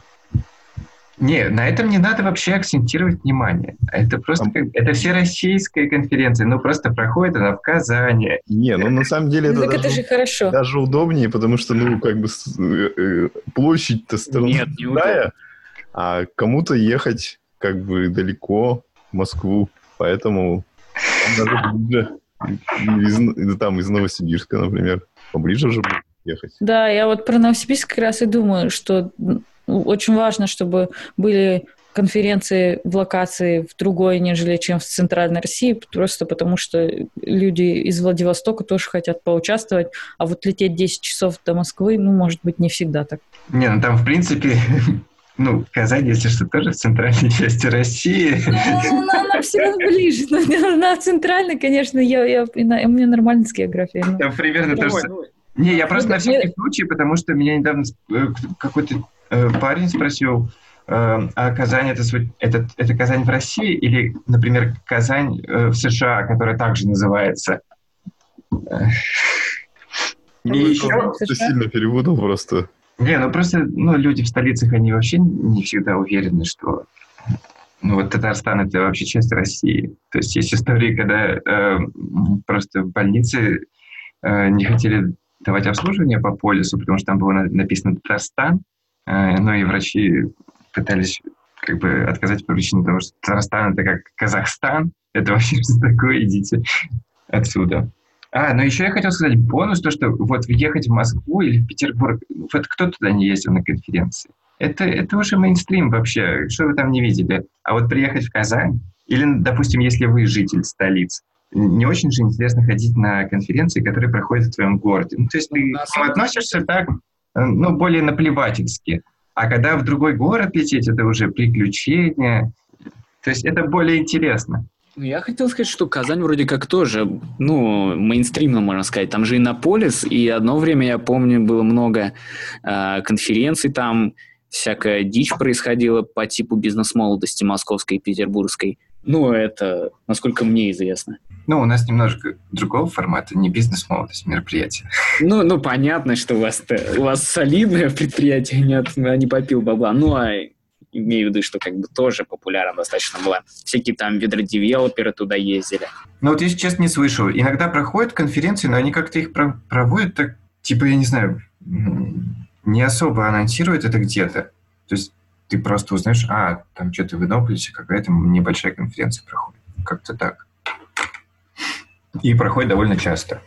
Не, на этом не надо вообще акцентировать внимание. Это просто как, это всероссийская конференция, ну просто проходит она в Казани. Не, ну на самом деле Ну, это, так даже, это же хорошо. даже удобнее, потому что, ну, как бы с- э, э, площадь-то Нет, не страна, а кому-то ехать как бы далеко в Москву, поэтому там даже ближе, из, там из Новосибирска, например, поближе уже будет ехать. Да, я вот про Новосибирск как раз и думаю, что ну, очень важно, чтобы были конференции в локации в другой, нежели чем в центральной России, просто потому что люди из Владивостока тоже хотят поучаствовать, а вот лететь десять часов до Москвы, ну, может быть, не всегда так. Не, ну там в принципе, ну, Казань, если что, тоже в центральной части России. Ну, она все равно ближе. На центральной, конечно, я, я, у меня нормально с географией. но- Там примерно то же Ой, самое. Не, я просто Ну, на да, всякий мы- случай, потому что меня недавно э, какой-то э, парень спросил, э, а Казань это, сво- это, это Казань в России или, например, Казань э, в США, которая также называется. Э, Ну, И это еще, Казань в ты США? сильно перепутал просто. не, ну просто, ну, люди в столицах, они вообще не всегда уверены, что, ну, вот Татарстан это вообще часть России. То есть есть истории, когда э, просто в больнице э, не хотели давать обслуживание по полису, потому что там было на- написано Татарстан, э, ну и врачи пытались как бы отказать по причине того, что Татарстан это как Казахстан, это вообще что такое, идите отсюда. А, ну еще я хотел сказать бонус, то, что вот ехать в Москву или в Петербург, вот кто туда не ездил на конференции? Это, это уже мейнстрим вообще, что вы там не видели. А вот приехать в Казань, или, допустим, если вы житель столиц, не очень же интересно ходить на конференции, которые проходят в твоем городе. Ну, то есть ты Ну, на к самом ним относишься так, э, ну, более наплевательски. А когда в другой город лететь, это уже приключение. То есть это более интересно. Ну, я хотел сказать, что Казань вроде как тоже, ну, мейнстримно, можно сказать. Там же Иннополис, и одно время, я помню, было много э, конференций там, всякая дичь происходила по типу бизнес-молодости московской и петербургской. Ну, это, насколько мне известно. Ну, у нас немножко другого формата, не бизнес-молодость мероприятия. Ну, ну, понятно, что у вас, у вас солидное предприятие, нет, а не попил бабла. Ну, а имею в виду, что как бы тоже популярно достаточно было. Всякие там ведродевелоперы туда ездили. Ну вот, если честно, не слышал. Иногда проходят конференции, но они как-то их про- проводят так, типа, я не знаю, м, не особо анонсируют это где-то. То есть ты просто узнаешь, а, там что-то в Иннополисе какая-то небольшая конференция проходит. Как-то так. И проходит довольно часто.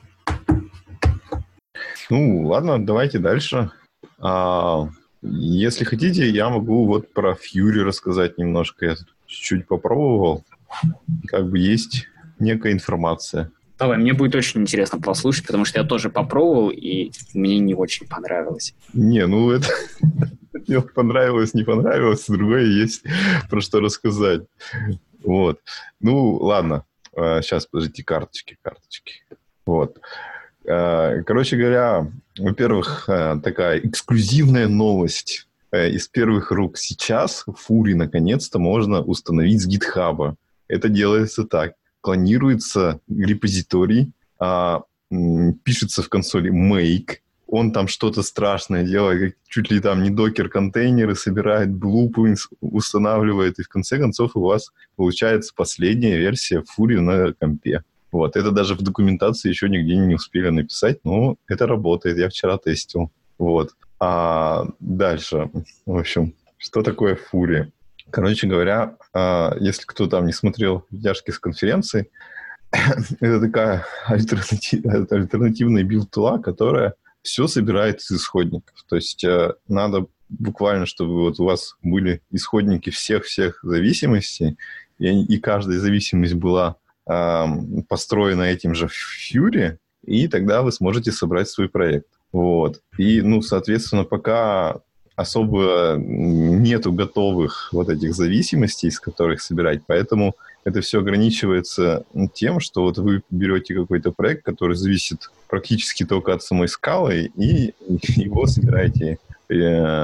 Ну, ладно, давайте дальше. А, если хотите, я могу вот про Fury рассказать немножко. Я тут чуть-чуть попробовал. Как бы есть некая информация. Давай, мне будет очень интересно послушать, потому что я тоже попробовал, и мне не очень понравилось. Не, ну это мне понравилось, не понравилось, другое есть про что рассказать. Вот. Ну, ладно. Сейчас, подождите, карточки, карточки. Вот. Короче говоря, во-первых, такая эксклюзивная новость из первых рук. Сейчас Fury наконец-то можно установить с GitHub. Это делается так. Клонируется репозиторий, а, м, пишется в консоли make, он там что-то страшное делает, чуть ли там не докер-контейнеры собирает, блупы устанавливает, и в конце концов у вас получается последняя версия Fury на компе. Вот, это даже в документации еще нигде не успели написать, но это работает, я вчера тестил. Вот. А дальше, в общем, что такое Fury? Короче говоря, если кто там не смотрел видяшки с конференции, это такая альтернатив, альтернативная билд-тула, которая все собирает из исходников. То есть надо буквально, чтобы вот у вас были исходники всех-всех зависимостей, и, и каждая зависимость была э, построена этим же Fury, и тогда вы сможете собрать свой проект. Вот. И, ну, соответственно, пока особо нету готовых вот этих зависимостей, из которых собирать, поэтому это все ограничивается тем, что вот вы берете какой-то проект, который зависит практически только от самой скалы, и его собираете э,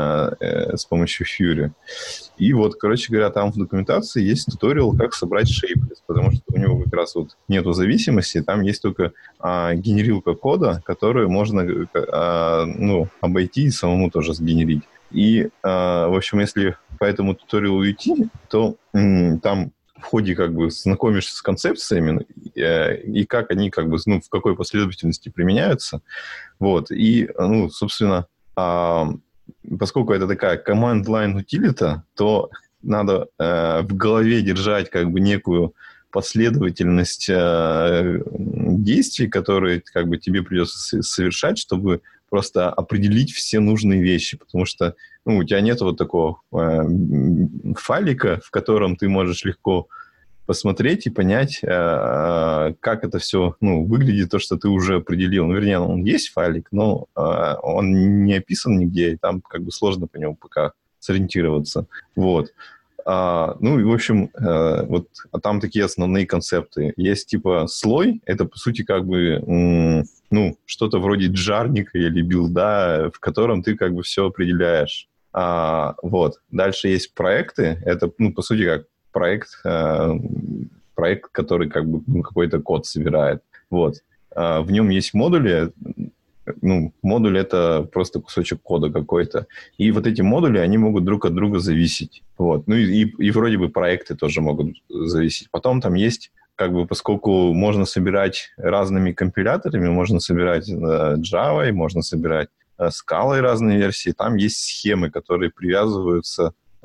э, с помощью Fury. И вот, короче говоря, там в документации есть туториал, как собрать Shapeless, потому что у него как раз вот нету зависимости, там есть только а, генерилка кода, которую можно а, ну, обойти и самому тоже сгенерить. И, а, в общем, если по этому туториалу уйти, то м, там в ходе как бы знакомишься с концепциями э, и как они как бы, ну, в какой последовательности применяются. Вот. И, ну, собственно, э, поскольку это такая command-line утилита, то надо э, в голове держать как бы некую последовательность э, действий, которые как бы тебе придется совершать, чтобы просто определить все нужные вещи, потому что ну, у тебя нет вот такого э, файлика, в котором ты можешь легко посмотреть и понять, э, как это все ну, выглядит, то, что ты уже определил. Ну, вернее, он есть файлик, но э, он не описан нигде, и там как бы сложно по нему пока сориентироваться. Вот. А, ну, и, в общем, э, вот а там такие основные концепты. Есть, типа, слой, это, по сути, как бы, м- ну, что-то вроде джарника или билда, в котором ты, как бы, все определяешь. А, вот. Дальше есть проекты, это, ну, по сути, как проект, э, проект, который, как бы, ну, какой-то код собирает. Вот. А, в нем есть модули. Ну, модуль — это просто кусочек кода какой-то. И вот эти модули, они могут друг от друга зависеть. Вот. Ну, и, и, и вроде бы проекты тоже могут зависеть. Потом там есть, как бы, поскольку можно собирать разными компиляторами, можно собирать э, Java, можно собирать э, Scala разные версии, там есть схемы, которые привязываются э,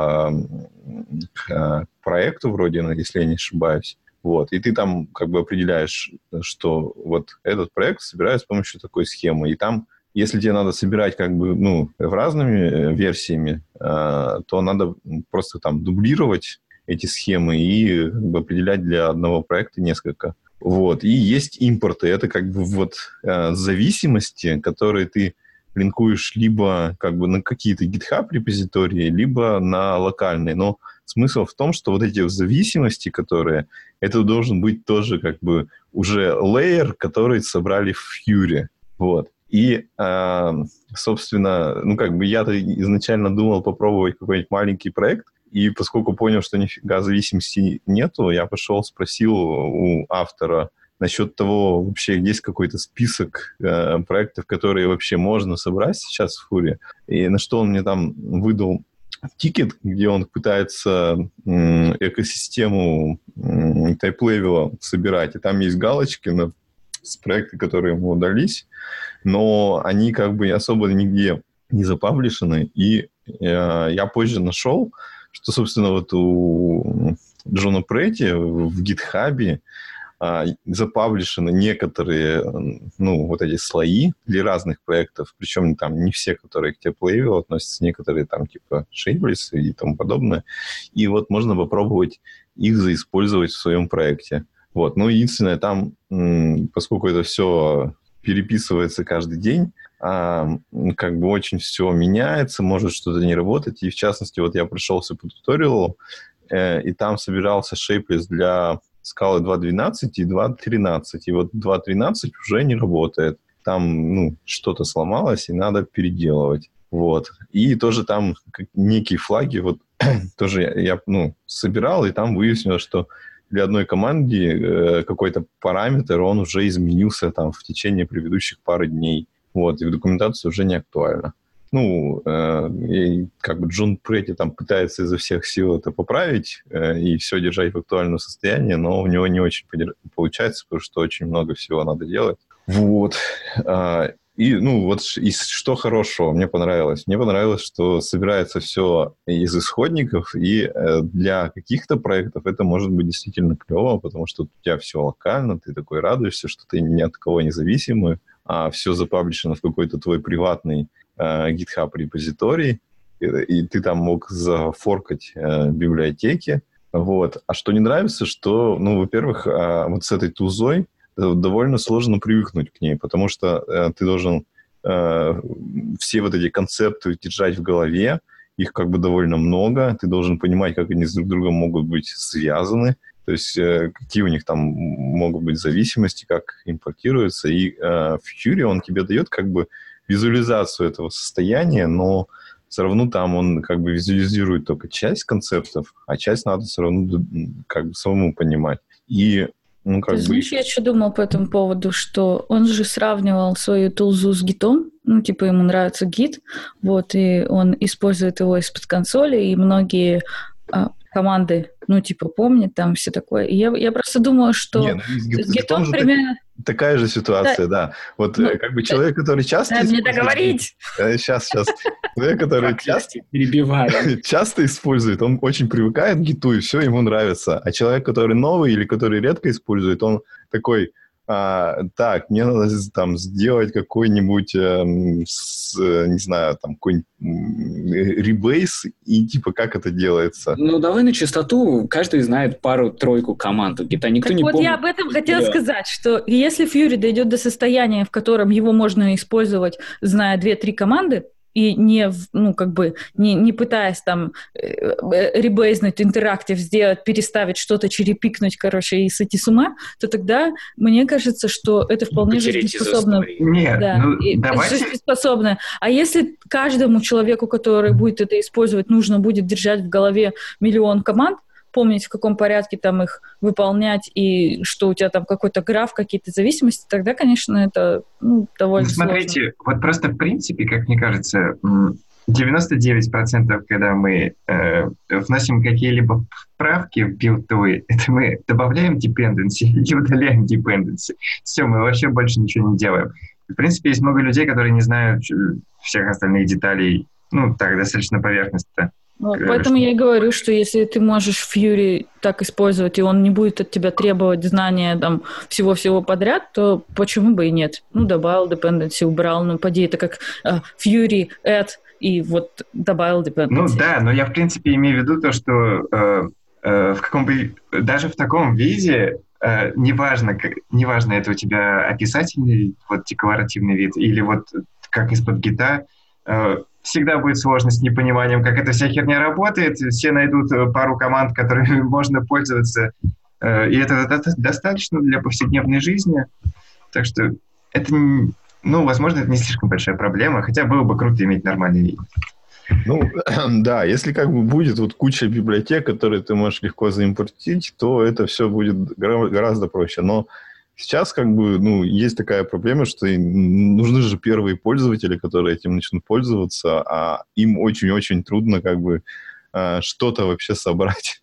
к э, проекту вроде, если я не ошибаюсь. Вот. И ты там как бы определяешь, что вот этот проект собирает с помощью такой схемы. И там, если тебе надо собирать как бы, ну, в разными версиями, э, то надо просто там дублировать эти схемы и как бы определять для одного проекта несколько. Вот. И есть импорты. Это как бы вот э, зависимости, которые ты линкуешь либо как бы на какие-то GitHub-репозитории, либо на локальные. Но смысл в том, что вот эти зависимости, которые... Это должен быть тоже как бы уже layer, который собрали в Fury. Вот. И, э, собственно, ну как бы я-то изначально думал попробовать какой-нибудь маленький проект, и поскольку понял, что нифига зависимости нету, я пошел, спросил у автора насчет того, вообще есть какой-то список э, проектов, которые вообще можно собрать сейчас в Fury. И на что он мне там выдал тикет, где он пытается м, экосистему м, тайп-левела собирать. И там есть галочки на с проекты, которые ему удались, но они как бы особо нигде не запаблишены. И э, я позже нашел, что, собственно, вот у Джона Претти в GitHub а, запаблишены некоторые, ну, вот эти слои для разных проектов, причем там не все, которые к TapLevel относятся, некоторые там типа Shapeless и тому подобное. И вот можно попробовать их заиспользовать в своем проекте. Вот. Но единственное, там, поскольку это все переписывается каждый день, а, как бы очень все меняется, может что-то не работать. И в частности, вот я прошелся по туториалу, э, и там собирался Shapeless для скалы два двенадцать и два тринадцать. И вот два тринадцать уже не работает. Там ну, что-то сломалось, и надо переделывать. Вот. И тоже там некие флаги, вот тоже я, я ну, собирал, и там выяснилось, что для одной команды э, какой-то параметр, он уже изменился там в течение предыдущих пары дней. Вот, и в документации уже не актуально. Ну, э, и как бы Джон Претти там пытается изо всех сил это поправить э, и все держать в актуальном состоянии, но у него не очень получается, потому что очень много всего надо делать. Вот. Э, и, ну, вот и что хорошего мне понравилось? Мне понравилось, что собирается все из исходников, и э, для каких-то проектов это может быть действительно клево, потому что у тебя все локально, ты такой радуешься, что ты ни от кого не зависимый, а все запаблишено в какой-то твой приватный э, GitHub-репозиторий, и, и ты там мог зафоркать э, библиотеки. Вот. А что не нравится, что, ну, во-первых, э, вот с этой тузой довольно сложно привыкнуть к ней, потому что э, ты должен э, все вот эти концепты держать в голове. Их как бы довольно много. Ты должен понимать, как они с друг другом могут быть связаны. То есть э, какие у них там могут быть зависимости, как импортируются. И э, Fury, он тебе дает как бы визуализацию этого состояния, но все равно там он как бы визуализирует только часть концептов, а часть надо все равно как бы самому понимать. И ну, как Ты бы... знаешь, я что думал по этому поводу, что он же сравнивал свою тулзу с гитом, ну, типа, ему нравится гит, вот, и он использует его из-под консоли, и многие а, команды, ну, типа, помнят там все такое. И я, я просто думаю, что Не, ну, с с гитом примерно... Так, такая же ситуация, да. да. Вот ну, как бы человек, который часто... Дай мне договорить! Сейчас, сейчас. Человек, который часто, перебивает. часто использует, он очень привыкает к гиту, и все ему нравится. А человек, который новый или который редко использует, он такой... А, так, мне надо там сделать какой-нибудь, э, с, не знаю, там какой-нибудь ребейс, и типа как это делается? Ну, давай на чистоту, каждый знает пару-тройку команд у гита, никто так не вот помнит. Я об этом хотела сказать, что если Fury дойдет до состояния, в котором его можно использовать, зная две-три команды, и не, ну, как бы, не, не пытаясь там ребейзнуть, интерактив сделать, переставить что-то, черепикнуть, короче, и сойти с ума, то тогда мне кажется, что это вполне жизнеспособно. Нет, да, ну, давайте... жизнеспособно. А если каждому человеку, который будет это использовать, нужно будет держать в голове миллион команд, помнить, в каком порядке там их выполнять, и что у тебя там какой-то граф, какие-то зависимости, тогда, конечно, это ну, довольно ну, смотрите, сложно. Вот просто в принципе, как мне кажется, девяносто девять процентов, когда мы э, вносим какие-либо правки в билд-туи, это мы добавляем dependency и удаляем dependency. Все, мы вообще больше ничего не делаем. В принципе, есть много людей, которые не знают всех остальных деталей, ну, так, достаточно поверхностно. Вот, поэтому я и говорю, что если ты можешь Fury так использовать, и он не будет от тебя требовать знания там, всего-всего подряд, то почему бы и нет? Ну, добавил dependency, убрал, ну, поди, это как uh, Fury, add, и вот добавил dependency. Ну, да, но я, в принципе, имею в виду то, что э, э, в каком бы, даже в таком виде, э, неважно, как, неважно, это у тебя описательный, вот, декларативный вид, или вот как из-под гита, э, всегда будет сложность с непониманием, как эта вся херня работает. Все найдут пару команд, которыми можно пользоваться. И это достаточно для повседневной жизни. Так что это, ну, возможно, это не слишком большая проблема, хотя было бы круто иметь нормальный вид. Ну, да, если как бы будет вот куча библиотек, которые ты можешь легко заимпортить, то это все будет гораздо проще. Но сейчас как бы, ну, есть такая проблема, что нужны же первые пользователи, которые этим начнут пользоваться, а им очень-очень трудно как бы что-то вообще собрать.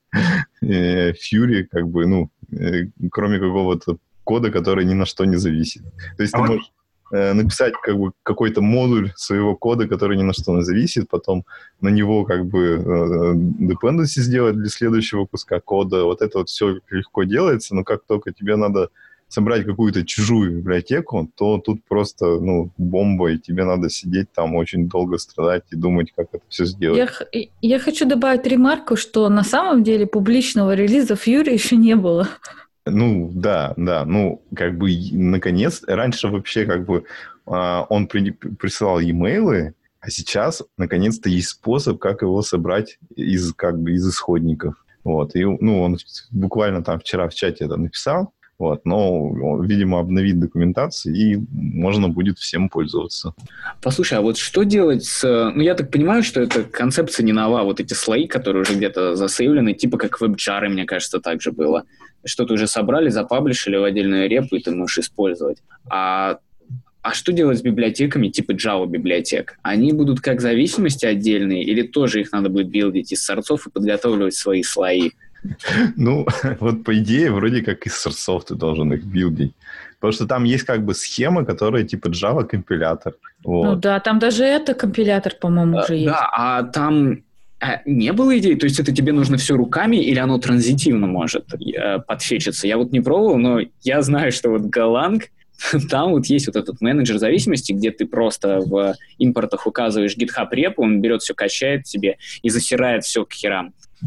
Fury как бы, ну, кроме какого-то кода, который ни на что не зависит. То есть а ты вот... можешь написать как бы какой-то модуль своего кода, который ни на что не зависит, потом на него как бы dependency сделать для следующего куска кода. Вот это вот все легко делается, но как только тебе надо собрать какую-то чужую библиотеку, то тут просто, ну, бомба, и тебе надо сидеть там очень долго страдать и думать, как это все сделать. Я, я хочу добавить ремарку, что на самом деле публичного релиза Fury еще не было. Ну, да, да, ну, как бы, наконец, раньше вообще, как бы, он при, присылал e-mail'ы, а сейчас, наконец-то, есть способ, как его собрать из, как бы, из исходников. Вот, и, ну, он буквально там вчера в чате это написал, вот, но, видимо, обновить документацию, и можно будет всем пользоваться. Послушай, а вот что делать с... Ну, я так понимаю, что эта концепция не нова, вот эти слои, которые уже где-то засейвлены, типа как веб-джары, мне кажется, так же было. Что-то уже собрали, запаблишили в отдельную репу, и ты можешь использовать. А, а что делать с библиотеками типа Java-библиотек? Они будут как зависимости отдельные, или тоже их надо будет билдить из сорцов и подготавливать свои слои? Ну, вот по идее, вроде как из сорсов ты должен их билдить. Потому что там есть как бы схема, которая типа Java-компилятор. Вот. Ну да, там даже это компилятор, по-моему, а, уже есть. Да, а там а, не было идей? То есть это тебе нужно все руками или оно транзитивно может э, подфечиться? Я вот не пробовал, но я знаю, что вот Golang, там вот есть вот этот менеджер зависимости, где ты просто в импортах указываешь GitHub репу, он берет все, качает себе и засирает все к херам.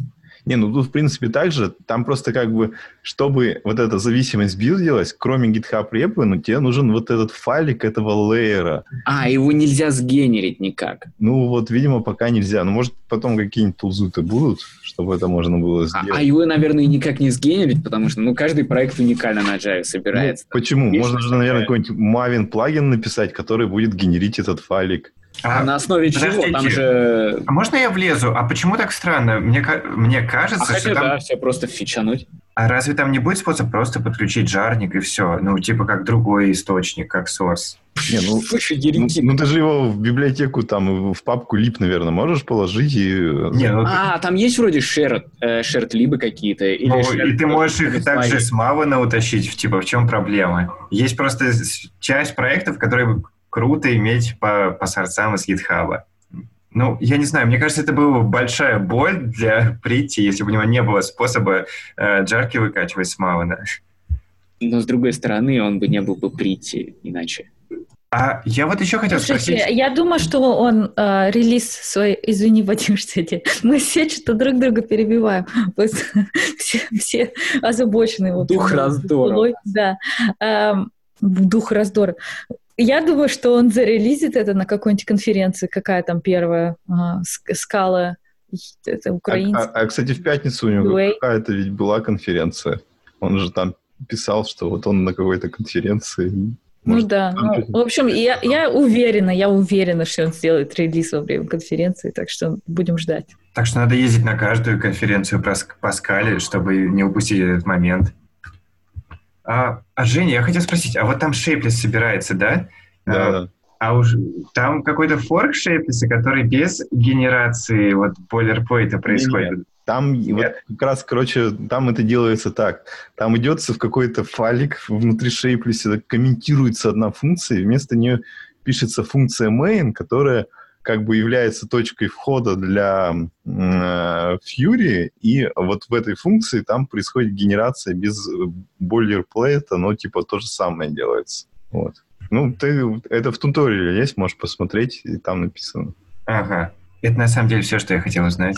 Не, ну тут, в принципе, так же. Там просто как бы, чтобы вот эта зависимость билдилась, кроме GitHub репы, ну, тебе нужен вот этот файлик этого лейера. А, его нельзя сгенерить никак. Ну, вот, видимо, пока нельзя. Ну, может, потом какие-нибудь тулзы-то будут, чтобы это можно было сделать. А, а его, наверное, никак не сгенерить, потому что, ну, каждый проект уникально на Java собирается. Ну, почему? Есть можно же, наверное, какой-нибудь Maven плагин написать, который будет генерить этот файлик. А, а на основе подождите, чего? Там же... А можно я влезу? А почему так странно? Мне, мне кажется, а что хотя, там... да, все просто фичануть. А разве там не будет способ просто подключить жарник и все? Ну, типа как другой источник, как source. Не, ну, Слушай, ну, ну, ты же его в библиотеку, там, в папку lib, наверное, можешь положить и... Не, ну, а, ты... там есть вроде shared, э, shared либы какие-то? Или ну, shared, и ты можешь их также файлик. с Maven утащить, типа, в чем проблема? Есть просто часть проектов, которые круто иметь по, по сорцам из GitHub. Ну, я не знаю, мне кажется, это была большая боль для Прити, если бы у него не было способа э, джарки выкачивать с Maven. Но, с другой стороны, он бы не был бы Прити иначе. А я вот еще хотел Слушайте, спросить... я думаю, что он э, релиз свой... Извини, Вадим, кстати. Мы все что-то друг друга перебиваем. Все, все озабочены. Вот, Дух раздора. Да. Эм, дух раздора. Я думаю, что он зарелизит это на какой-нибудь конференции. Какая там первая? Ага, скала... Это украинская. А, а, а, кстати, в пятницу у него Way. какая-то ведь была конференция. Он же там писал, что вот он на какой-то конференции... Может, ну да, ну, в общем, я, я уверена, я уверена, что он сделает релиз во время конференции, так что будем ждать. Так что надо ездить на каждую конференцию по скале, чтобы не упустить этот момент. А, а Женя, я хотел спросить, а вот там Shapeless собирается, да? Да, а, да. А уж там какой-то форк Shapeless, который без генерации вот бойлерплейта происходит? Нет. Там вот как раз, короче, там это делается так. Там идется в какой-то файлик внутри Shapeless, комментируется одна функция, и вместо нее пишется функция main, которая как бы является точкой входа для э, Fury, и вот в этой функции там происходит генерация без бойлерплейта, но типа то же самое делается. Вот. Ну, ты, это в туториале есть, можешь посмотреть, и там написано. Ага. Это на самом деле все, что я хотел узнать.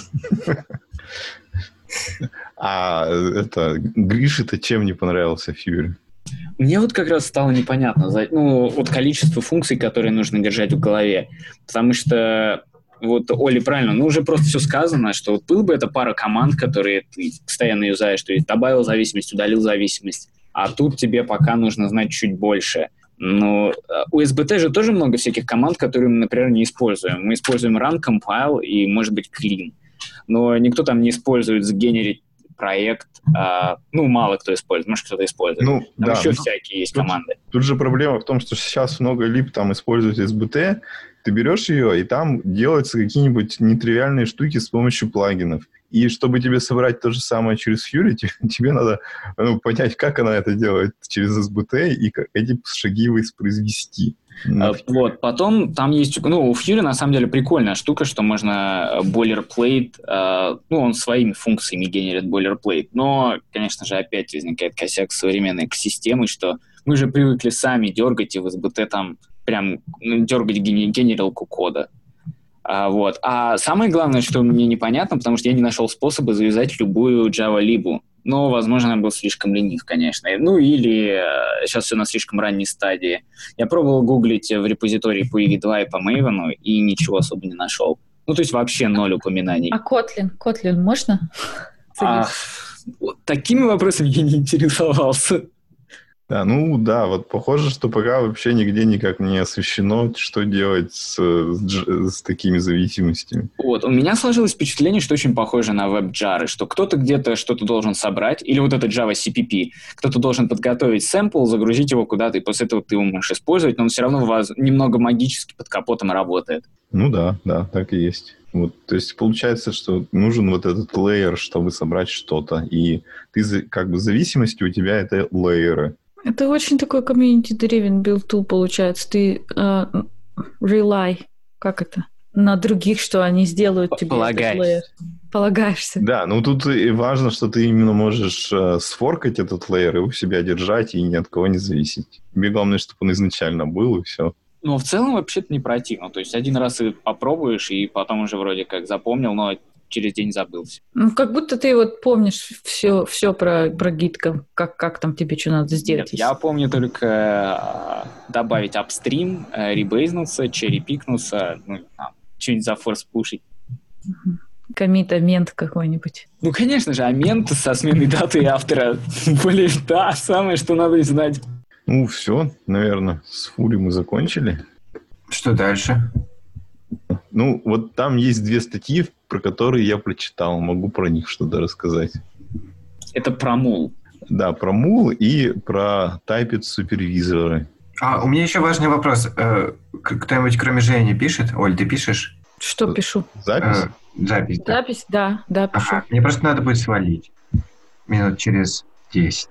А это Грише-то чем не понравился Fury? Мне вот как раз стало непонятно, ну, вот количество функций, которые нужно держать в голове. Потому что, вот Оля правильно, ну, уже просто все сказано, что вот был бы это пара команд, которые ты постоянно юзаешь, то есть добавил зависимость, удалил зависимость, а тут тебе пока нужно знать чуть больше. Но у эс би ти же тоже много всяких команд, которые мы, например, не используем. Мы используем run, compile и, может быть, clean. Но никто там не использует сгенерить проект. А, ну, мало кто использует. Может, кто-то использует. Ну, там да, еще ну, всякие есть тут, команды. Тут же проблема в том, что сейчас много лип там используют эс би ти. Ты берешь ее, и там делаются какие-нибудь нетривиальные штуки с помощью плагинов. И чтобы тебе собрать то же самое через Fury, тебе, тебе надо ну, понять, как она это делает через эс би ти и как эти шаги воспроизвести. Uh, вот, потом там есть, ну, у Fury на самом деле прикольная штука, что можно boilerplate, uh, ну, он своими функциями генерит boilerplate, но, конечно же, опять возникает косяк современной экосистемы, что мы же привыкли сами дергать и в эс би ти там прям ну, дергать генерилку кода. А, вот. А самое главное, что мне непонятно, потому что я не нашел способа завязать любую Java-либу. Но, возможно, я был слишком ленив, конечно. Ну, или э, сейчас все на слишком ранней стадии. Я пробовал гуглить в репозитории по и ви два и по Maven, и ничего особо не нашел. Ну, то есть вообще ноль упоминаний. А Kotlin? Kotlin можно? А, вот такими вопросами я не интересовался. Да, ну да, вот похоже, что пока вообще нигде никак не освещено, что делать с, с, с такими зависимостями. Вот, у меня сложилось впечатление, что очень похоже на веб-джары, что кто-то где-то что-то должен собрать, или вот это Java си пи пи, кто-то должен подготовить сэмпл, загрузить его куда-то, и после этого ты его можешь использовать, но он все равно у вас немного магически под капотом работает. Ну да, да, так и есть. Вот, то есть получается, что нужен вот этот лейер, чтобы собрать что-то, и ты как бы зависимости у тебя это лейеры. Это очень такой community-driven build tool получается. Ты uh, rely, как это, на других, что они сделают тебе. Полагаешься. Полагаешься. Да, ну тут и важно, что ты именно можешь uh, сфоркать этот лейер и у себя держать, и ни от кого не зависеть. Тебе главное, чтобы он изначально был, и все. Ну, в целом, вообще-то не противно. То есть один раз и попробуешь, и потом уже вроде как запомнил, но через день забылся. Ну, как будто ты вот помнишь все, все про, про гид, как, как там тебе что надо сделать. Нет, я помню только добавить апстрим, ребейзнуться, черепикнуться, ну, там, что-нибудь за форс пушить. Коммит, амент какой-нибудь. Ну, конечно же, амент со сменой даты автора. Блин, да, самое, что надо знать. Ну, все, наверное, с Фури мы закончили. Что дальше? Ну, вот там есть две статьи, про которые я прочитал. Могу про них что-то рассказать. Это про мул. Да, про мул и про тайпит супервизоры. А, у меня еще важный вопрос. Кто-нибудь кроме Жени пишет? Оль, ты пишешь? Что пишу? Запись? Э, запись, да. Запись, да, да, пишу. Ага, мне просто надо будет свалить. Минут через десять.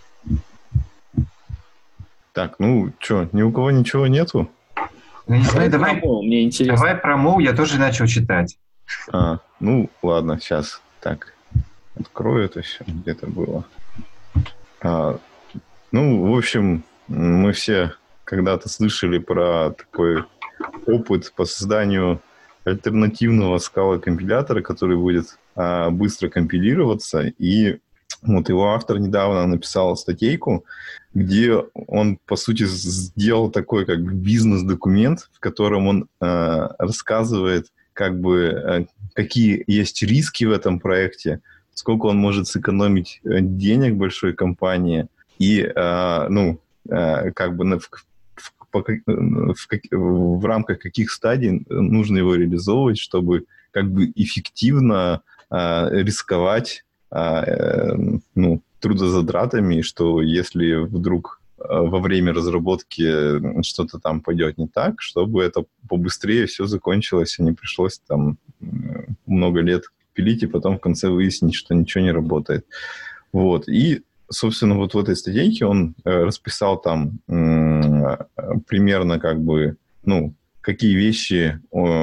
Так, ну, что, ни у кого ничего нету? Ну, не знаю, давай, про мул, мне интересно. давай про мул я тоже начал читать. А, ну, ладно, сейчас. Так, открою это все. Где это было? А, ну, в общем, мы все когда-то слышали про такой опыт по созданию альтернативного скала-компилятора, который будет а, быстро компилироваться. И вот его автор недавно написал статейку, где он, по сути, сделал такой как бы бизнес-документ, в котором он э, рассказывает, как бы, э, какие есть риски в этом проекте, сколько он может сэкономить денег большой компании, и, э, ну, э, как бы в, в, в, в, в рамках каких стадий нужно его реализовывать, чтобы как бы эффективно э, рисковать э, ну, трудозатратами, что если вдруг во время разработки что-то там пойдет не так, чтобы это побыстрее все закончилось, и не пришлось там много лет пилить, и потом в конце выяснить, что ничего не работает. Вот. И, собственно, вот в этой статейке он расписал там примерно как бы, ну, какие вещи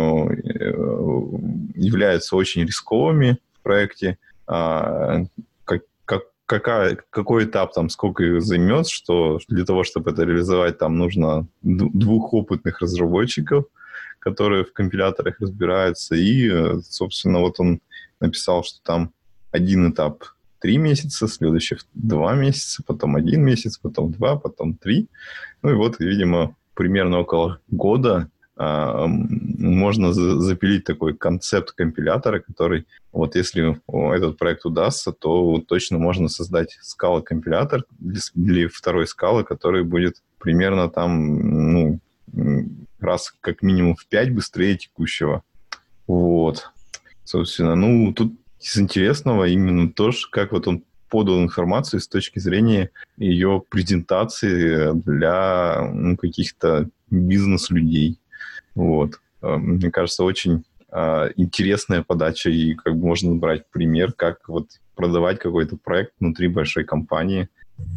являются очень рисковыми в проекте, Какая, какой этап, там, сколько их займет, что для того, чтобы это реализовать, там нужно двух опытных разработчиков, которые в компиляторах разбираются. И, собственно, вот он написал, что там один этап три месяца, следующий два месяца, потом один месяц, потом два, потом три. Ну и вот, видимо, примерно около года а, можно за- запилить такой концепт компилятора, который, вот если этот проект удастся, то точно можно создать скала-компилятор для, для второй скалы, который будет примерно там, ну, раз как минимум в пять быстрее текущего. Вот. Собственно, ну, тут из интересного именно то, как вот он подал информацию с точки зрения ее презентации для, ну, каких-то бизнес-людей. Вот. Мне кажется, очень э, интересная подача, и как бы можно брать пример, как вот продавать какой-то проект внутри большой компании.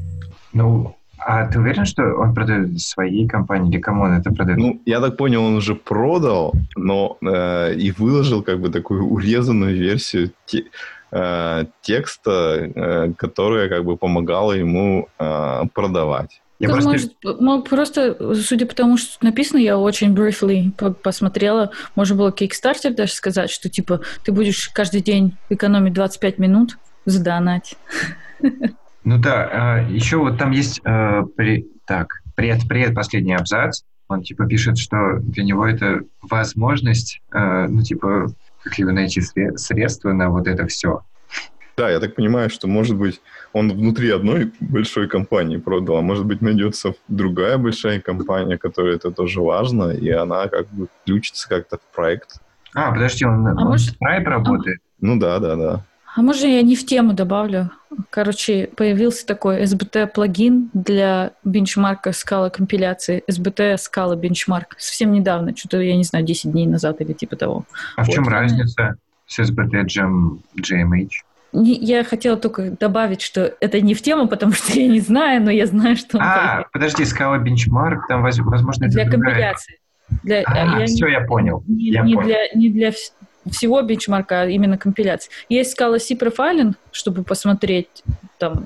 Ну, а ты уверен, что он продает своей компании или кому он это продает? Ну, я так понял, он уже продал, но э, и выложил как бы такую урезанную версию те, э, текста, э, которая как бы помогала ему э, продавать. Я просто... Может, мог просто, судя по тому, что написано, я очень briefly посмотрела, можно было Kickstarter даже сказать, что типа ты будешь каждый день экономить двадцать пять минут, задонать. Ну да, еще вот там есть при, так, пред, предпоследний абзац, он типа пишет, что для него это возможность, ну типа, как-либо найти средства на вот это все. Да, я так понимаю, что, может быть, он внутри одной большой компании продал, а может быть, найдется другая большая компания, которой это тоже важно, и она как бы включится как-то в проект. А, подожди, он, а он может... в Stripe работает? Ну да, да, да. А может, я не в тему добавлю? Короче, появился такой эс би ти-плагин для бенчмарка скала компиляции. эс би ти скала бенчмарк. Совсем недавно, что-то, я не знаю, десять дней назад или типа того. А вот. В чем разница с эс би ти джей эм эйч? Я хотела только добавить, что это не в тему, потому что я не знаю, но я знаю, что... А, подожди, скала бенчмарк, там, возможно, для это компиляции. Для, а, я все, не, я понял. Не, я не, понял. Для, не для всего бенчмарка, а именно компиляции. Есть скала C-профайлинг, чтобы посмотреть там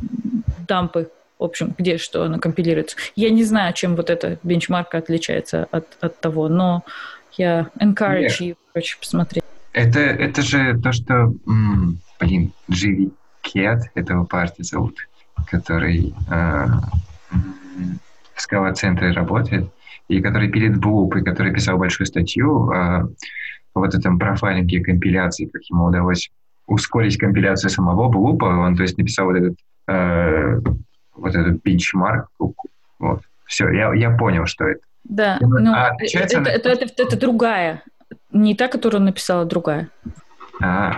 дампы, в общем, где что она компилируется. Я не знаю, чем вот эта бенчмарка отличается от, от того, но я encourage you, короче, посмотреть. Это, это же то, что, м, блин, Дживи Кет, этого парня зовут, который э, в Скала-центре работает, и который перед Блуп, и который писал большую статью э, вот этом профайлинге компиляции, как ему удалось ускорить компиляцию самого Блупа. Он, то есть, написал вот этот, э, вот этот бенчмарк. Вот. Все, я, я понял, что это. Да, а, ну, а это, это, это, это, это другая. Не та, которую он написал, а другая. А,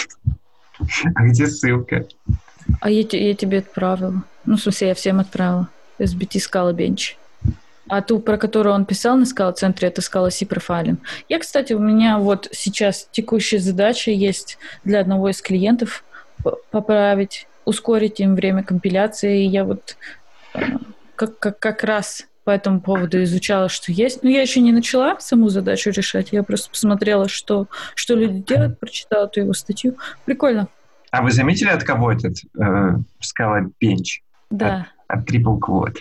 а где ссылка? А я, я тебе отправила. Ну, в смысле, я всем отправила. эс би ти Scala Bench. А ту, про которую он писал на Scala-центре, это Scala C Profiling. Я, кстати, у меня вот сейчас текущая задача есть для одного из клиентов поправить, ускорить им время компиляции. И я вот как, как, как раз по этому поводу изучала, что есть. Но я еще не начала саму задачу решать. Я просто посмотрела, что, что люди делают, прочитала эту его статью. Прикольно. А вы заметили, от кого этот э, Scala Bench? Да. От, от Triple Quad.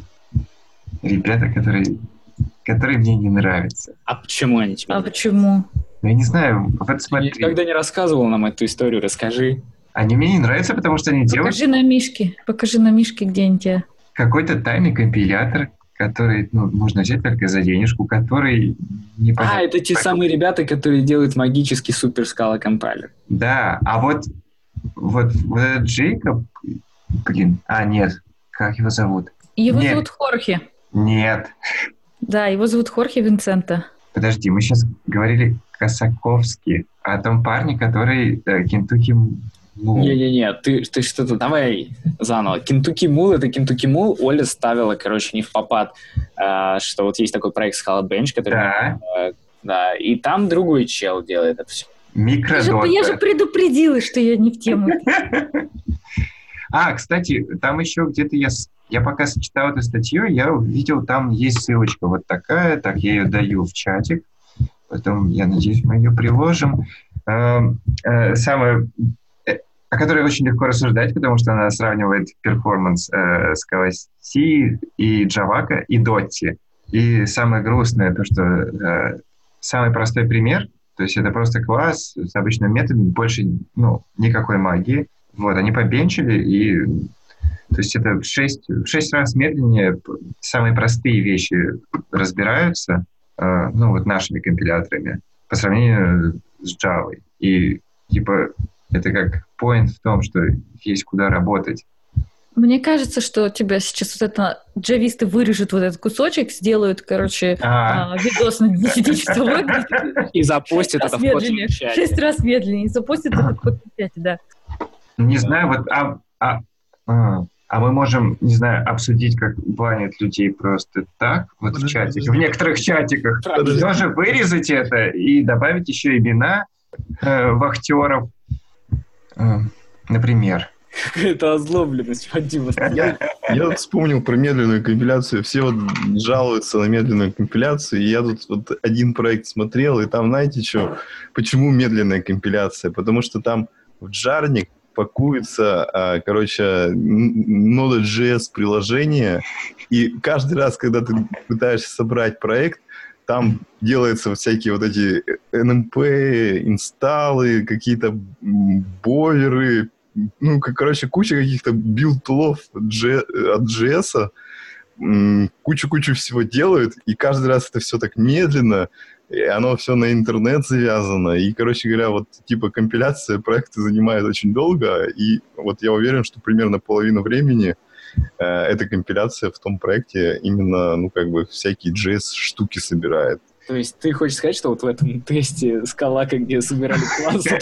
Ребята, которые, которые мне не нравятся. А почему они тебе? А почему? Я не знаю, вот смотри. Ты никогда не рассказывал нам эту историю, расскажи. Они мне не нравятся, потому что они Покажи делают... Покажи на мишке, покажи на мишке, где они тебя... Какой-то тайный компилятор, который, ну, можно взять только за денежку, который... А, это те самые ребята, которые делают магический супер Scala компайлер. Да, а вот, вот, вот этот Джейкоб... Блин, а, нет, как его зовут? Его нет. зовут Хорхе. Нет. Да, его зовут Хорхе Винсента. Подожди, мы сейчас говорили Косаковский, о том парне, который э, Кентукки Мул. Не-не-не, ты, ты что-то, давай заново. Кентукки Мул, это Кентукки Мул. Оля ставила, короче, не в попад, э, что вот есть такой проект Scala Bench, который... Да. Э, да, и там другой чел делает это все. Микродота. Я же, я же предупредила, что я не в тему. А, кстати, там еще где-то я... Я пока читал эту статью, я увидел, там есть ссылочка вот такая, так я ее даю в чатик, потом, я надеюсь, мы ее приложим. Самое, о которой очень легко рассуждать, потому что она сравнивает перформанс Scala C и Java и Dotty. И самое грустное, то, что самый простой пример, то есть это просто класс с обычным методом, больше ну, никакой магии. Вот, они побенчили и... То есть это в шесть, в шесть раз медленнее самые простые вещи разбираются, э, ну, вот нашими компиляторами, по сравнению с Java. И, типа, это как point в том, что есть куда работать. Мне кажется, что тебя сейчас вот это джависты вырежут вот этот кусочек, сделают, короче, а, видос на десятичасовой и запустят это в медленнее, шесть раз медленнее, и запустят это в подписать, да. Не знаю, вот, а, а, а, а мы можем, не знаю, обсудить, как банят людей просто так, вот в чатиках, в некоторых чатиках, тоже вырезать это и добавить еще имена э, вахтеров, э, например. Какая-то озлобленность, Вадим. Я, я вспомнил про медленную компиляцию. Все вот жалуются на медленную компиляцию. И я тут вот один проект смотрел, и там, знаете что, почему медленная компиляция? Потому что там в джарник пакуется, короче, Node.js приложение, и каждый раз, когда ты пытаешься собрать проект, там делаются всякие вот эти эн эм пи, инсталлы, какие-то боверы, ну, короче, куча каких-то билд-тулов от джей эс, кучу-кучу всего делают, и каждый раз это все так медленно, и оно все на интернет завязано, и, короче говоря, вот типа компиляция проекта занимает очень долго, и вот я уверен, что примерно половину времени э, эта компиляция в том проекте именно, ну, как бы всякие джей эс-штуки собирает. То есть ты хочешь сказать, что вот в этом тесте Scala, где собирали классы,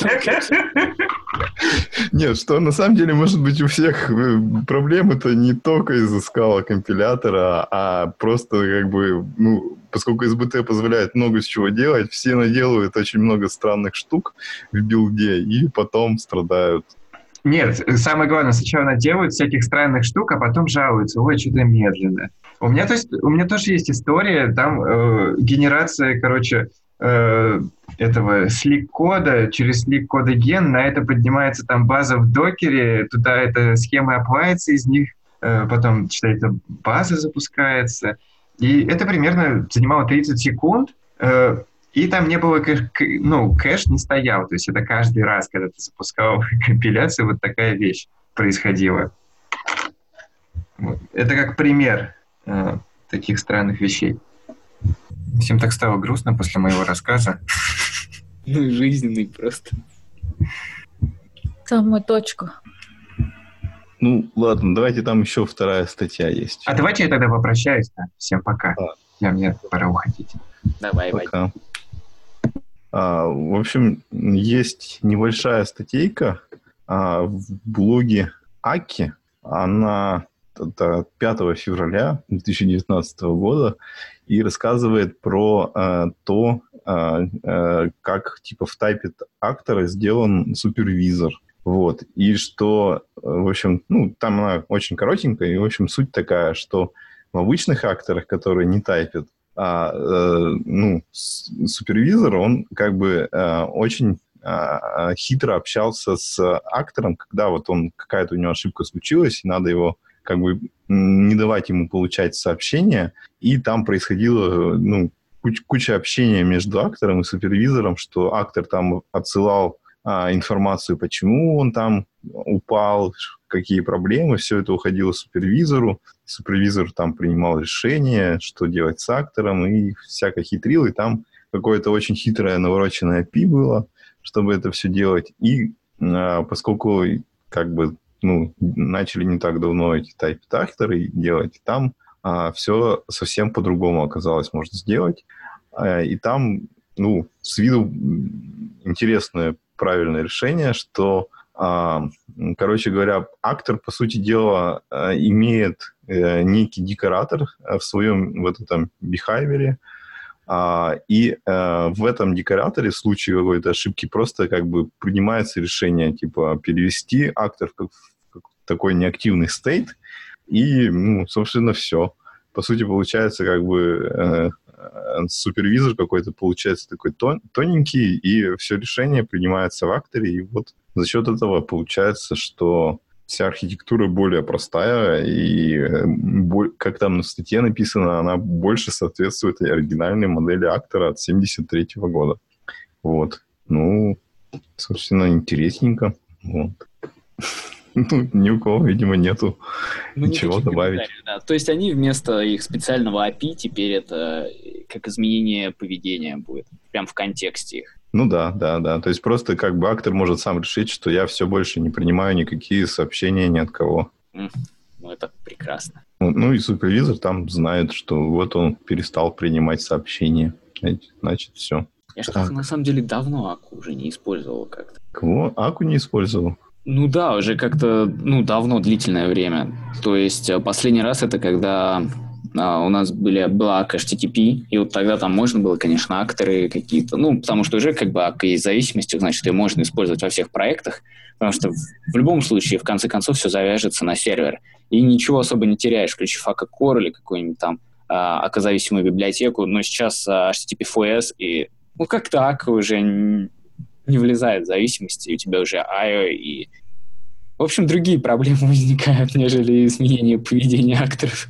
Нет, что на самом деле, может быть, у всех проблемы-то не только из-за Scala компилятора, а просто как бы, ну, поскольку эс би ти позволяет много с чего делать, все наделают очень много странных штук в билде и потом страдают. Нет, самое главное, сначала наделают всяких странных штук, а потом жалуются, ой, что-то медленно. У меня, то есть, у меня тоже есть история, там э, генерация, короче, э, этого слик-кода, через слик-кода-ген, на это поднимается там база в докере, туда эта схема оплается из них, э, потом, считается, база запускается. И это примерно занимало тридцать секунд, э, И там не было, ну, кэш не стоял. То есть это каждый раз, когда ты запускал компиляцию, вот такая вещь происходила. Вот. Это как пример э, таких странных вещей. Всем так стало грустно после моего рассказа. Ну, жизненный просто. Самую точку. Ну, ладно, давайте там еще вторая статья есть. А давайте я тогда попрощаюсь. Да? Всем пока. А. Я, мне пора уходить. Давай, пока. А, в общем, есть небольшая статейка а, в блоге Аки. Она это пятого февраля две тысячи девятнадцатого года и рассказывает про а, то, а, а, как типа в тайпе актора сделан супервизор. Вот. И что, в общем, ну, там она очень коротенькая, и, в общем, суть такая, что в обычных акторах, которые не тайпят, а, э, ну, супервизор, он как бы э, очень э, хитро общался с актором, когда вот он, какая-то у него ошибка случилась, и надо его как бы не давать ему получать сообщения, и там происходило, ну, куч- куча общения между актором и супервизором, что актор там отсылал информацию, почему он там упал, какие проблемы, все это уходило супервизору. Супервизор там принимал решение, что делать с актором, и всяко хитрил, и там какое-то очень хитрое навороченное эй пи ай было, чтобы это все делать. И а, поскольку как бы ну, начали не так давно эти тайп-акторы делать, там а, все совсем по-другому оказалось можно сделать. А, и там, ну, с виду интересное правильное решение, что, а, короче говоря, актор, по сути дела, а, имеет а, некий декоратор в своем в этом там behavior, а, и а, в этом декораторе в случае какой-то ошибки просто как бы принимается решение типа перевести актор в, как, в такой неактивный стейт, и, ну, собственно, все. По сути, получается как бы супервизор какой-то получается такой тон, тоненький, и все решение принимается в акторе, и вот за счет этого получается, что вся архитектура более простая, и, как там на статье написано, она больше соответствует оригинальной модели актора от семьдесят третьего года. Вот. Ну, собственно, интересненько. Вот. Ну, ни у кого, видимо, нету ну, ничего добавить. Да. То есть они вместо их специального эй пи ай теперь это как изменение поведения будет, прям в контексте их. Ну да, да, да. То есть просто как бы актор может сам решить, что я все больше не принимаю никакие сообщения ни от кого. Mm. Ну, это прекрасно. Ну, ну и супервизор там знает, что вот он перестал принимать сообщения. Значит, все. Я что-то на самом деле давно Аку уже не использовал как-то. Кого? Аку не использовал? Ну да, уже как-то, ну, давно, длительное время. То есть последний раз это когда а, у нас были, была эй эйч ти ти пи, и вот тогда там можно было, конечно, акторы какие-то, ну, потому что уже как бы эй кей есть зависимости, значит, ее можно использовать во всех проектах, потому что в, в любом случае, в конце концов, все завяжется на сервер, и ничего особо не теряешь, включив эй кей Core или какую-нибудь там а, эй кей-зависимую библиотеку, но сейчас а, эйч ти ти пи эф эс, и, ну, как-то эй кей уже не, не влезает в зависимости, и у тебя уже ай о и... В общем, другие проблемы возникают, нежели изменение поведения акторов.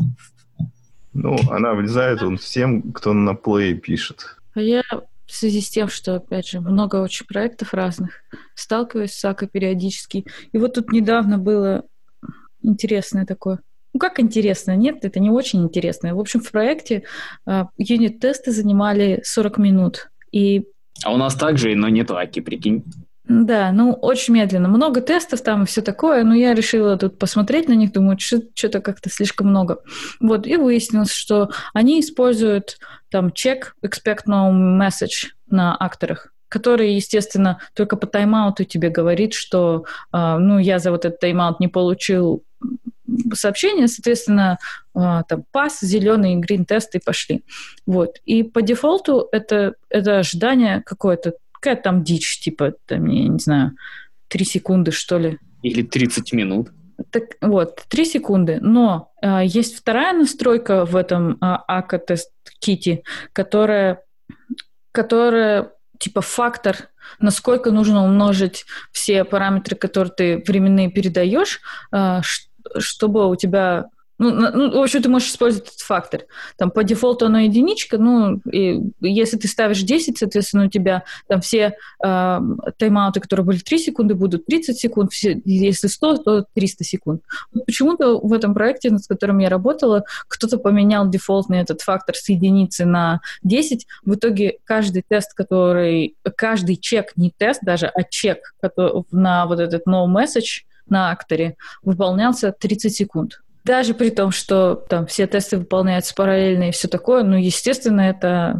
Ну, она влезает он всем, кто на плей пишет. А я в связи с тем, что, опять же, много очень проектов разных, сталкиваюсь с эй кей периодически. И вот тут недавно было интересное такое. Ну, как интересно? Нет, это не очень интересно. В общем, в проекте uh, юнит-тесты занимали сорок минут. И... А у нас также, но нету эй кей, прикинь. Да, ну, очень медленно. Много тестов там и все такое, но я решила тут посмотреть на них, думаю, что-то как-то слишком много. Вот, и выяснилось, что они используют там check expect no message на акторах, который, естественно, только по тайм-ауту тебе говорит, что, э, ну, я за вот этот тайм-аут не получил сообщение, соответственно, э, там пас, зеленый, green тест и пошли. Вот. И по дефолту это, это ожидание какое-то, какая-то там дичь, типа, там, я не знаю, три секунды, что ли. Или тридцать минут. Так, вот, три секунды. Но э, есть вторая настройка в этом э, эй кей-тест-ките, которая, которая, типа, фактор, насколько нужно умножить все параметры, которые ты временные передаешь, э, ш- чтобы у тебя Ну, ну, в общем, ты можешь использовать этот фактор. Там по дефолту оно единичка, ну, и если ты ставишь десять, соответственно, у тебя там все э, тайм-ауты, которые были три секунды, будут тридцать секунд, все, если сто, то триста секунд. Но почему-то в этом проекте, над которым я работала, кто-то поменял дефолтный этот фактор с единицы на десять. В итоге каждый тест, который... Каждый чек, не тест даже, а чек который, на вот этот no message на акторе выполнялся тридцать секунд. Даже при том, что там все тесты выполняются параллельно и все такое, ну, естественно, это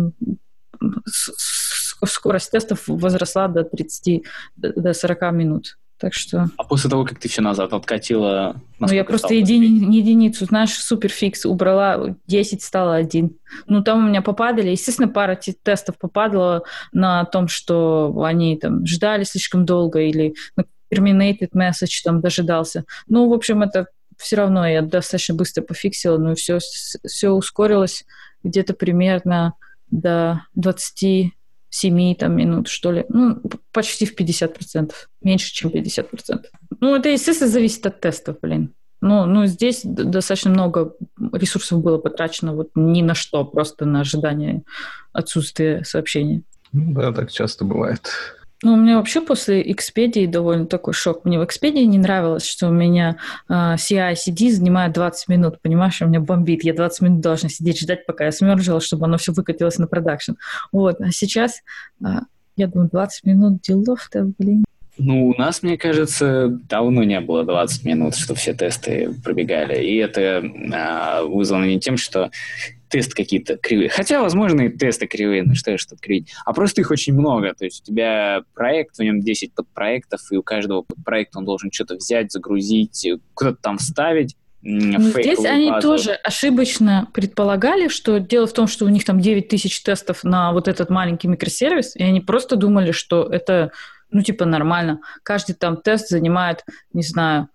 скорость тестов возросла до тридцати, до сорока минут. Так что... А после того, как ты все назад откатила... Ну, я просто еди... единицу, знаешь, суперфикс убрала, десять стало один. Ну, там у меня попадали, естественно, пара тестов попадала на том, что они там ждали слишком долго или terminated message там дожидался. Ну, в общем, это все равно я достаточно быстро пофиксила, но все, все ускорилось где-то примерно до двадцати семи там, минут, что ли. Ну, почти в пятьдесят процентов. Меньше, чем пятьдесят процентов. Ну, это, естественно, зависит от тестов, блин. Ну, ну, здесь достаточно много ресурсов было потрачено вот ни на что, просто на ожидание отсутствия сообщения. Ну, да, так часто бывает. Ну, у меня вообще после Expedia довольно такой шок. Мне в Expedia не нравилось, что у меня э, си ай си ди занимает двадцать минут, понимаешь, у меня бомбит. Я двадцать минут должна сидеть ждать, пока я смержила, чтобы оно все выкатилось на продакшн. Вот, а сейчас, э, я думаю, двадцать минут делов-то, блин. Ну, у нас, мне кажется, давно не было двадцать минут, что все тесты пробегали. И это э, вызвано не тем, что тесты какие-то кривые. Хотя, возможно, и тесты кривые, ну что я что-то кривить. А просто их очень много. То есть у тебя проект, в нем десять подпроектов, и у каждого подпроекта он должен что-то взять, загрузить, куда-то там вставить. Здесь они базу. Тоже ошибочно предполагали, что дело в том, что у них там девять тысяч тестов на вот этот маленький микросервис, и они просто думали, что это, ну, типа, нормально. Каждый там тест занимает, не знаю,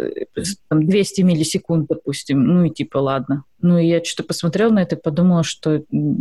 там двести миллисекунд, допустим. Ну и типа, ладно. Ну и я что-то посмотрела на это и подумала, что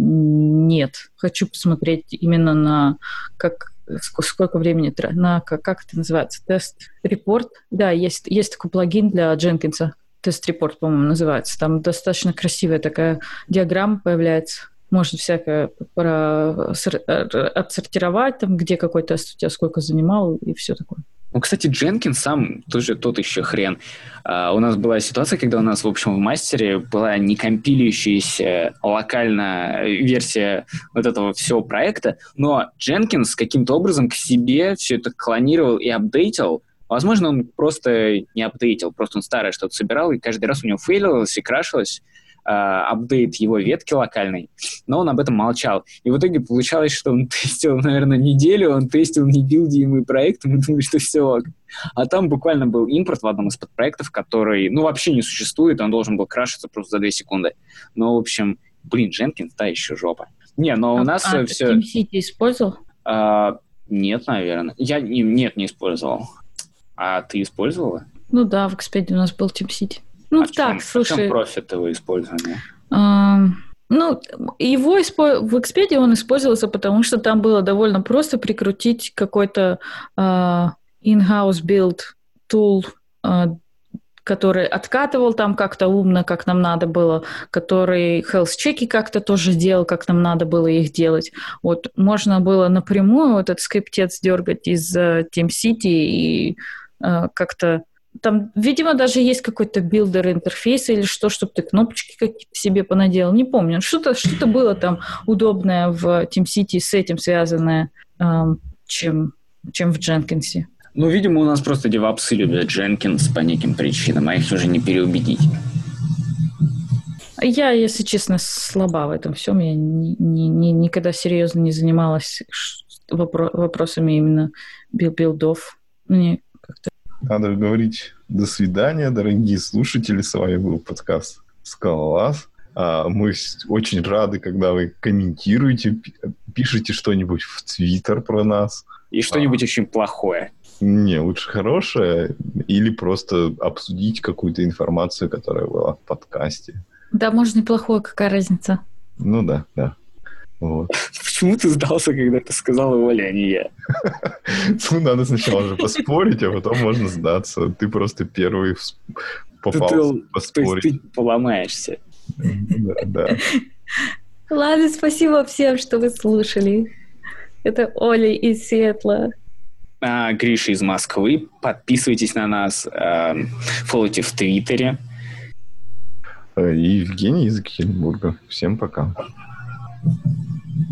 нет. Хочу посмотреть именно на как, сколько времени, на как, как это называется, тест-репорт. Да, есть, есть такой плагин для Jenkins. Тест-репорт, по-моему, называется. Там достаточно красивая такая диаграмма появляется. Можно всякое про... отсортировать, там, где какой тест у тебя сколько занимал и все такое. Ну, кстати, Jenkins сам тоже тот еще хрен. Uh, у нас была ситуация, когда у нас, в общем, в мастере была не компилирующаяся локально версия вот этого всего проекта, но Jenkins каким-то образом к себе все это клонировал и апдейтил. Возможно, он просто не апдейтил, просто он старое что-то собирал, и каждый раз у него фейлилось и крашилось апдейт его ветки локальной, но он об этом молчал. И в итоге получалось, что он тестил, наверное, неделю, он тестил небилдимый проект, и мы думали, что все ок. А там буквально был импорт в одном из подпроектов, который, ну, вообще не существует, он должен был крашиться просто за две секунды. Но, в общем, блин, Jenkins, да, еще жопа. Не, но у а, нас а, все... А ты TeamCity использовал? А, нет, наверное. Я не, нет, не использовал. А ты использовала? Ну да, в Expedia у нас был TeamCity. Ну, а так, чем, слушай... В чем профит его использования? Uh, ну, его испо... в Expedia он использовался, потому что там было довольно просто прикрутить какой-то uh, in-house build tool, uh, который откатывал там как-то умно, как нам надо было, который health-чеки как-то тоже делал, как нам надо было их делать. Вот можно было напрямую вот этот скриптец дергать из uh, TeamCity и uh, как-то там, видимо, даже есть какой-то билдер интерфейс или что, чтобы ты кнопочки какие-то себе понаделал. Не помню. Что-то, что-то было там удобное в TeamCity с этим связанное, эм, чем, чем в Jenkins. Ну, видимо, у нас просто девапсы любят Jenkins по неким причинам, а их уже не переубедить. Я, если честно, слаба в этом всем. Я ни, ни, ни, никогда серьезно не занималась вопро- вопросами именно билдов. Мне как-то Надо говорить до свидания, дорогие слушатели. С вами был подкаст «Скалолаз». Мы очень рады, когда вы комментируете, пишите что-нибудь в Твиттер про нас. И что-нибудь а, очень плохое. Не, лучше хорошее. Или просто обсудить какую-то информацию, которая была в подкасте. Да, можно и плохое, какая разница? Ну да, да. Вот. Почему ты сдался, когда ты сказал Оля, а не я? Ну, надо сначала же поспорить, а потом можно сдаться. Ты просто первый попался поспорить. То есть ты поломаешься. Да, да. Ладно, спасибо всем, что вы слушали. Это Оля из Сиэтла. А, Гриша из Москвы. Подписывайтесь на нас. Э, фолловите в Твиттере. И Евгений из Екатеринбурга. Всем пока.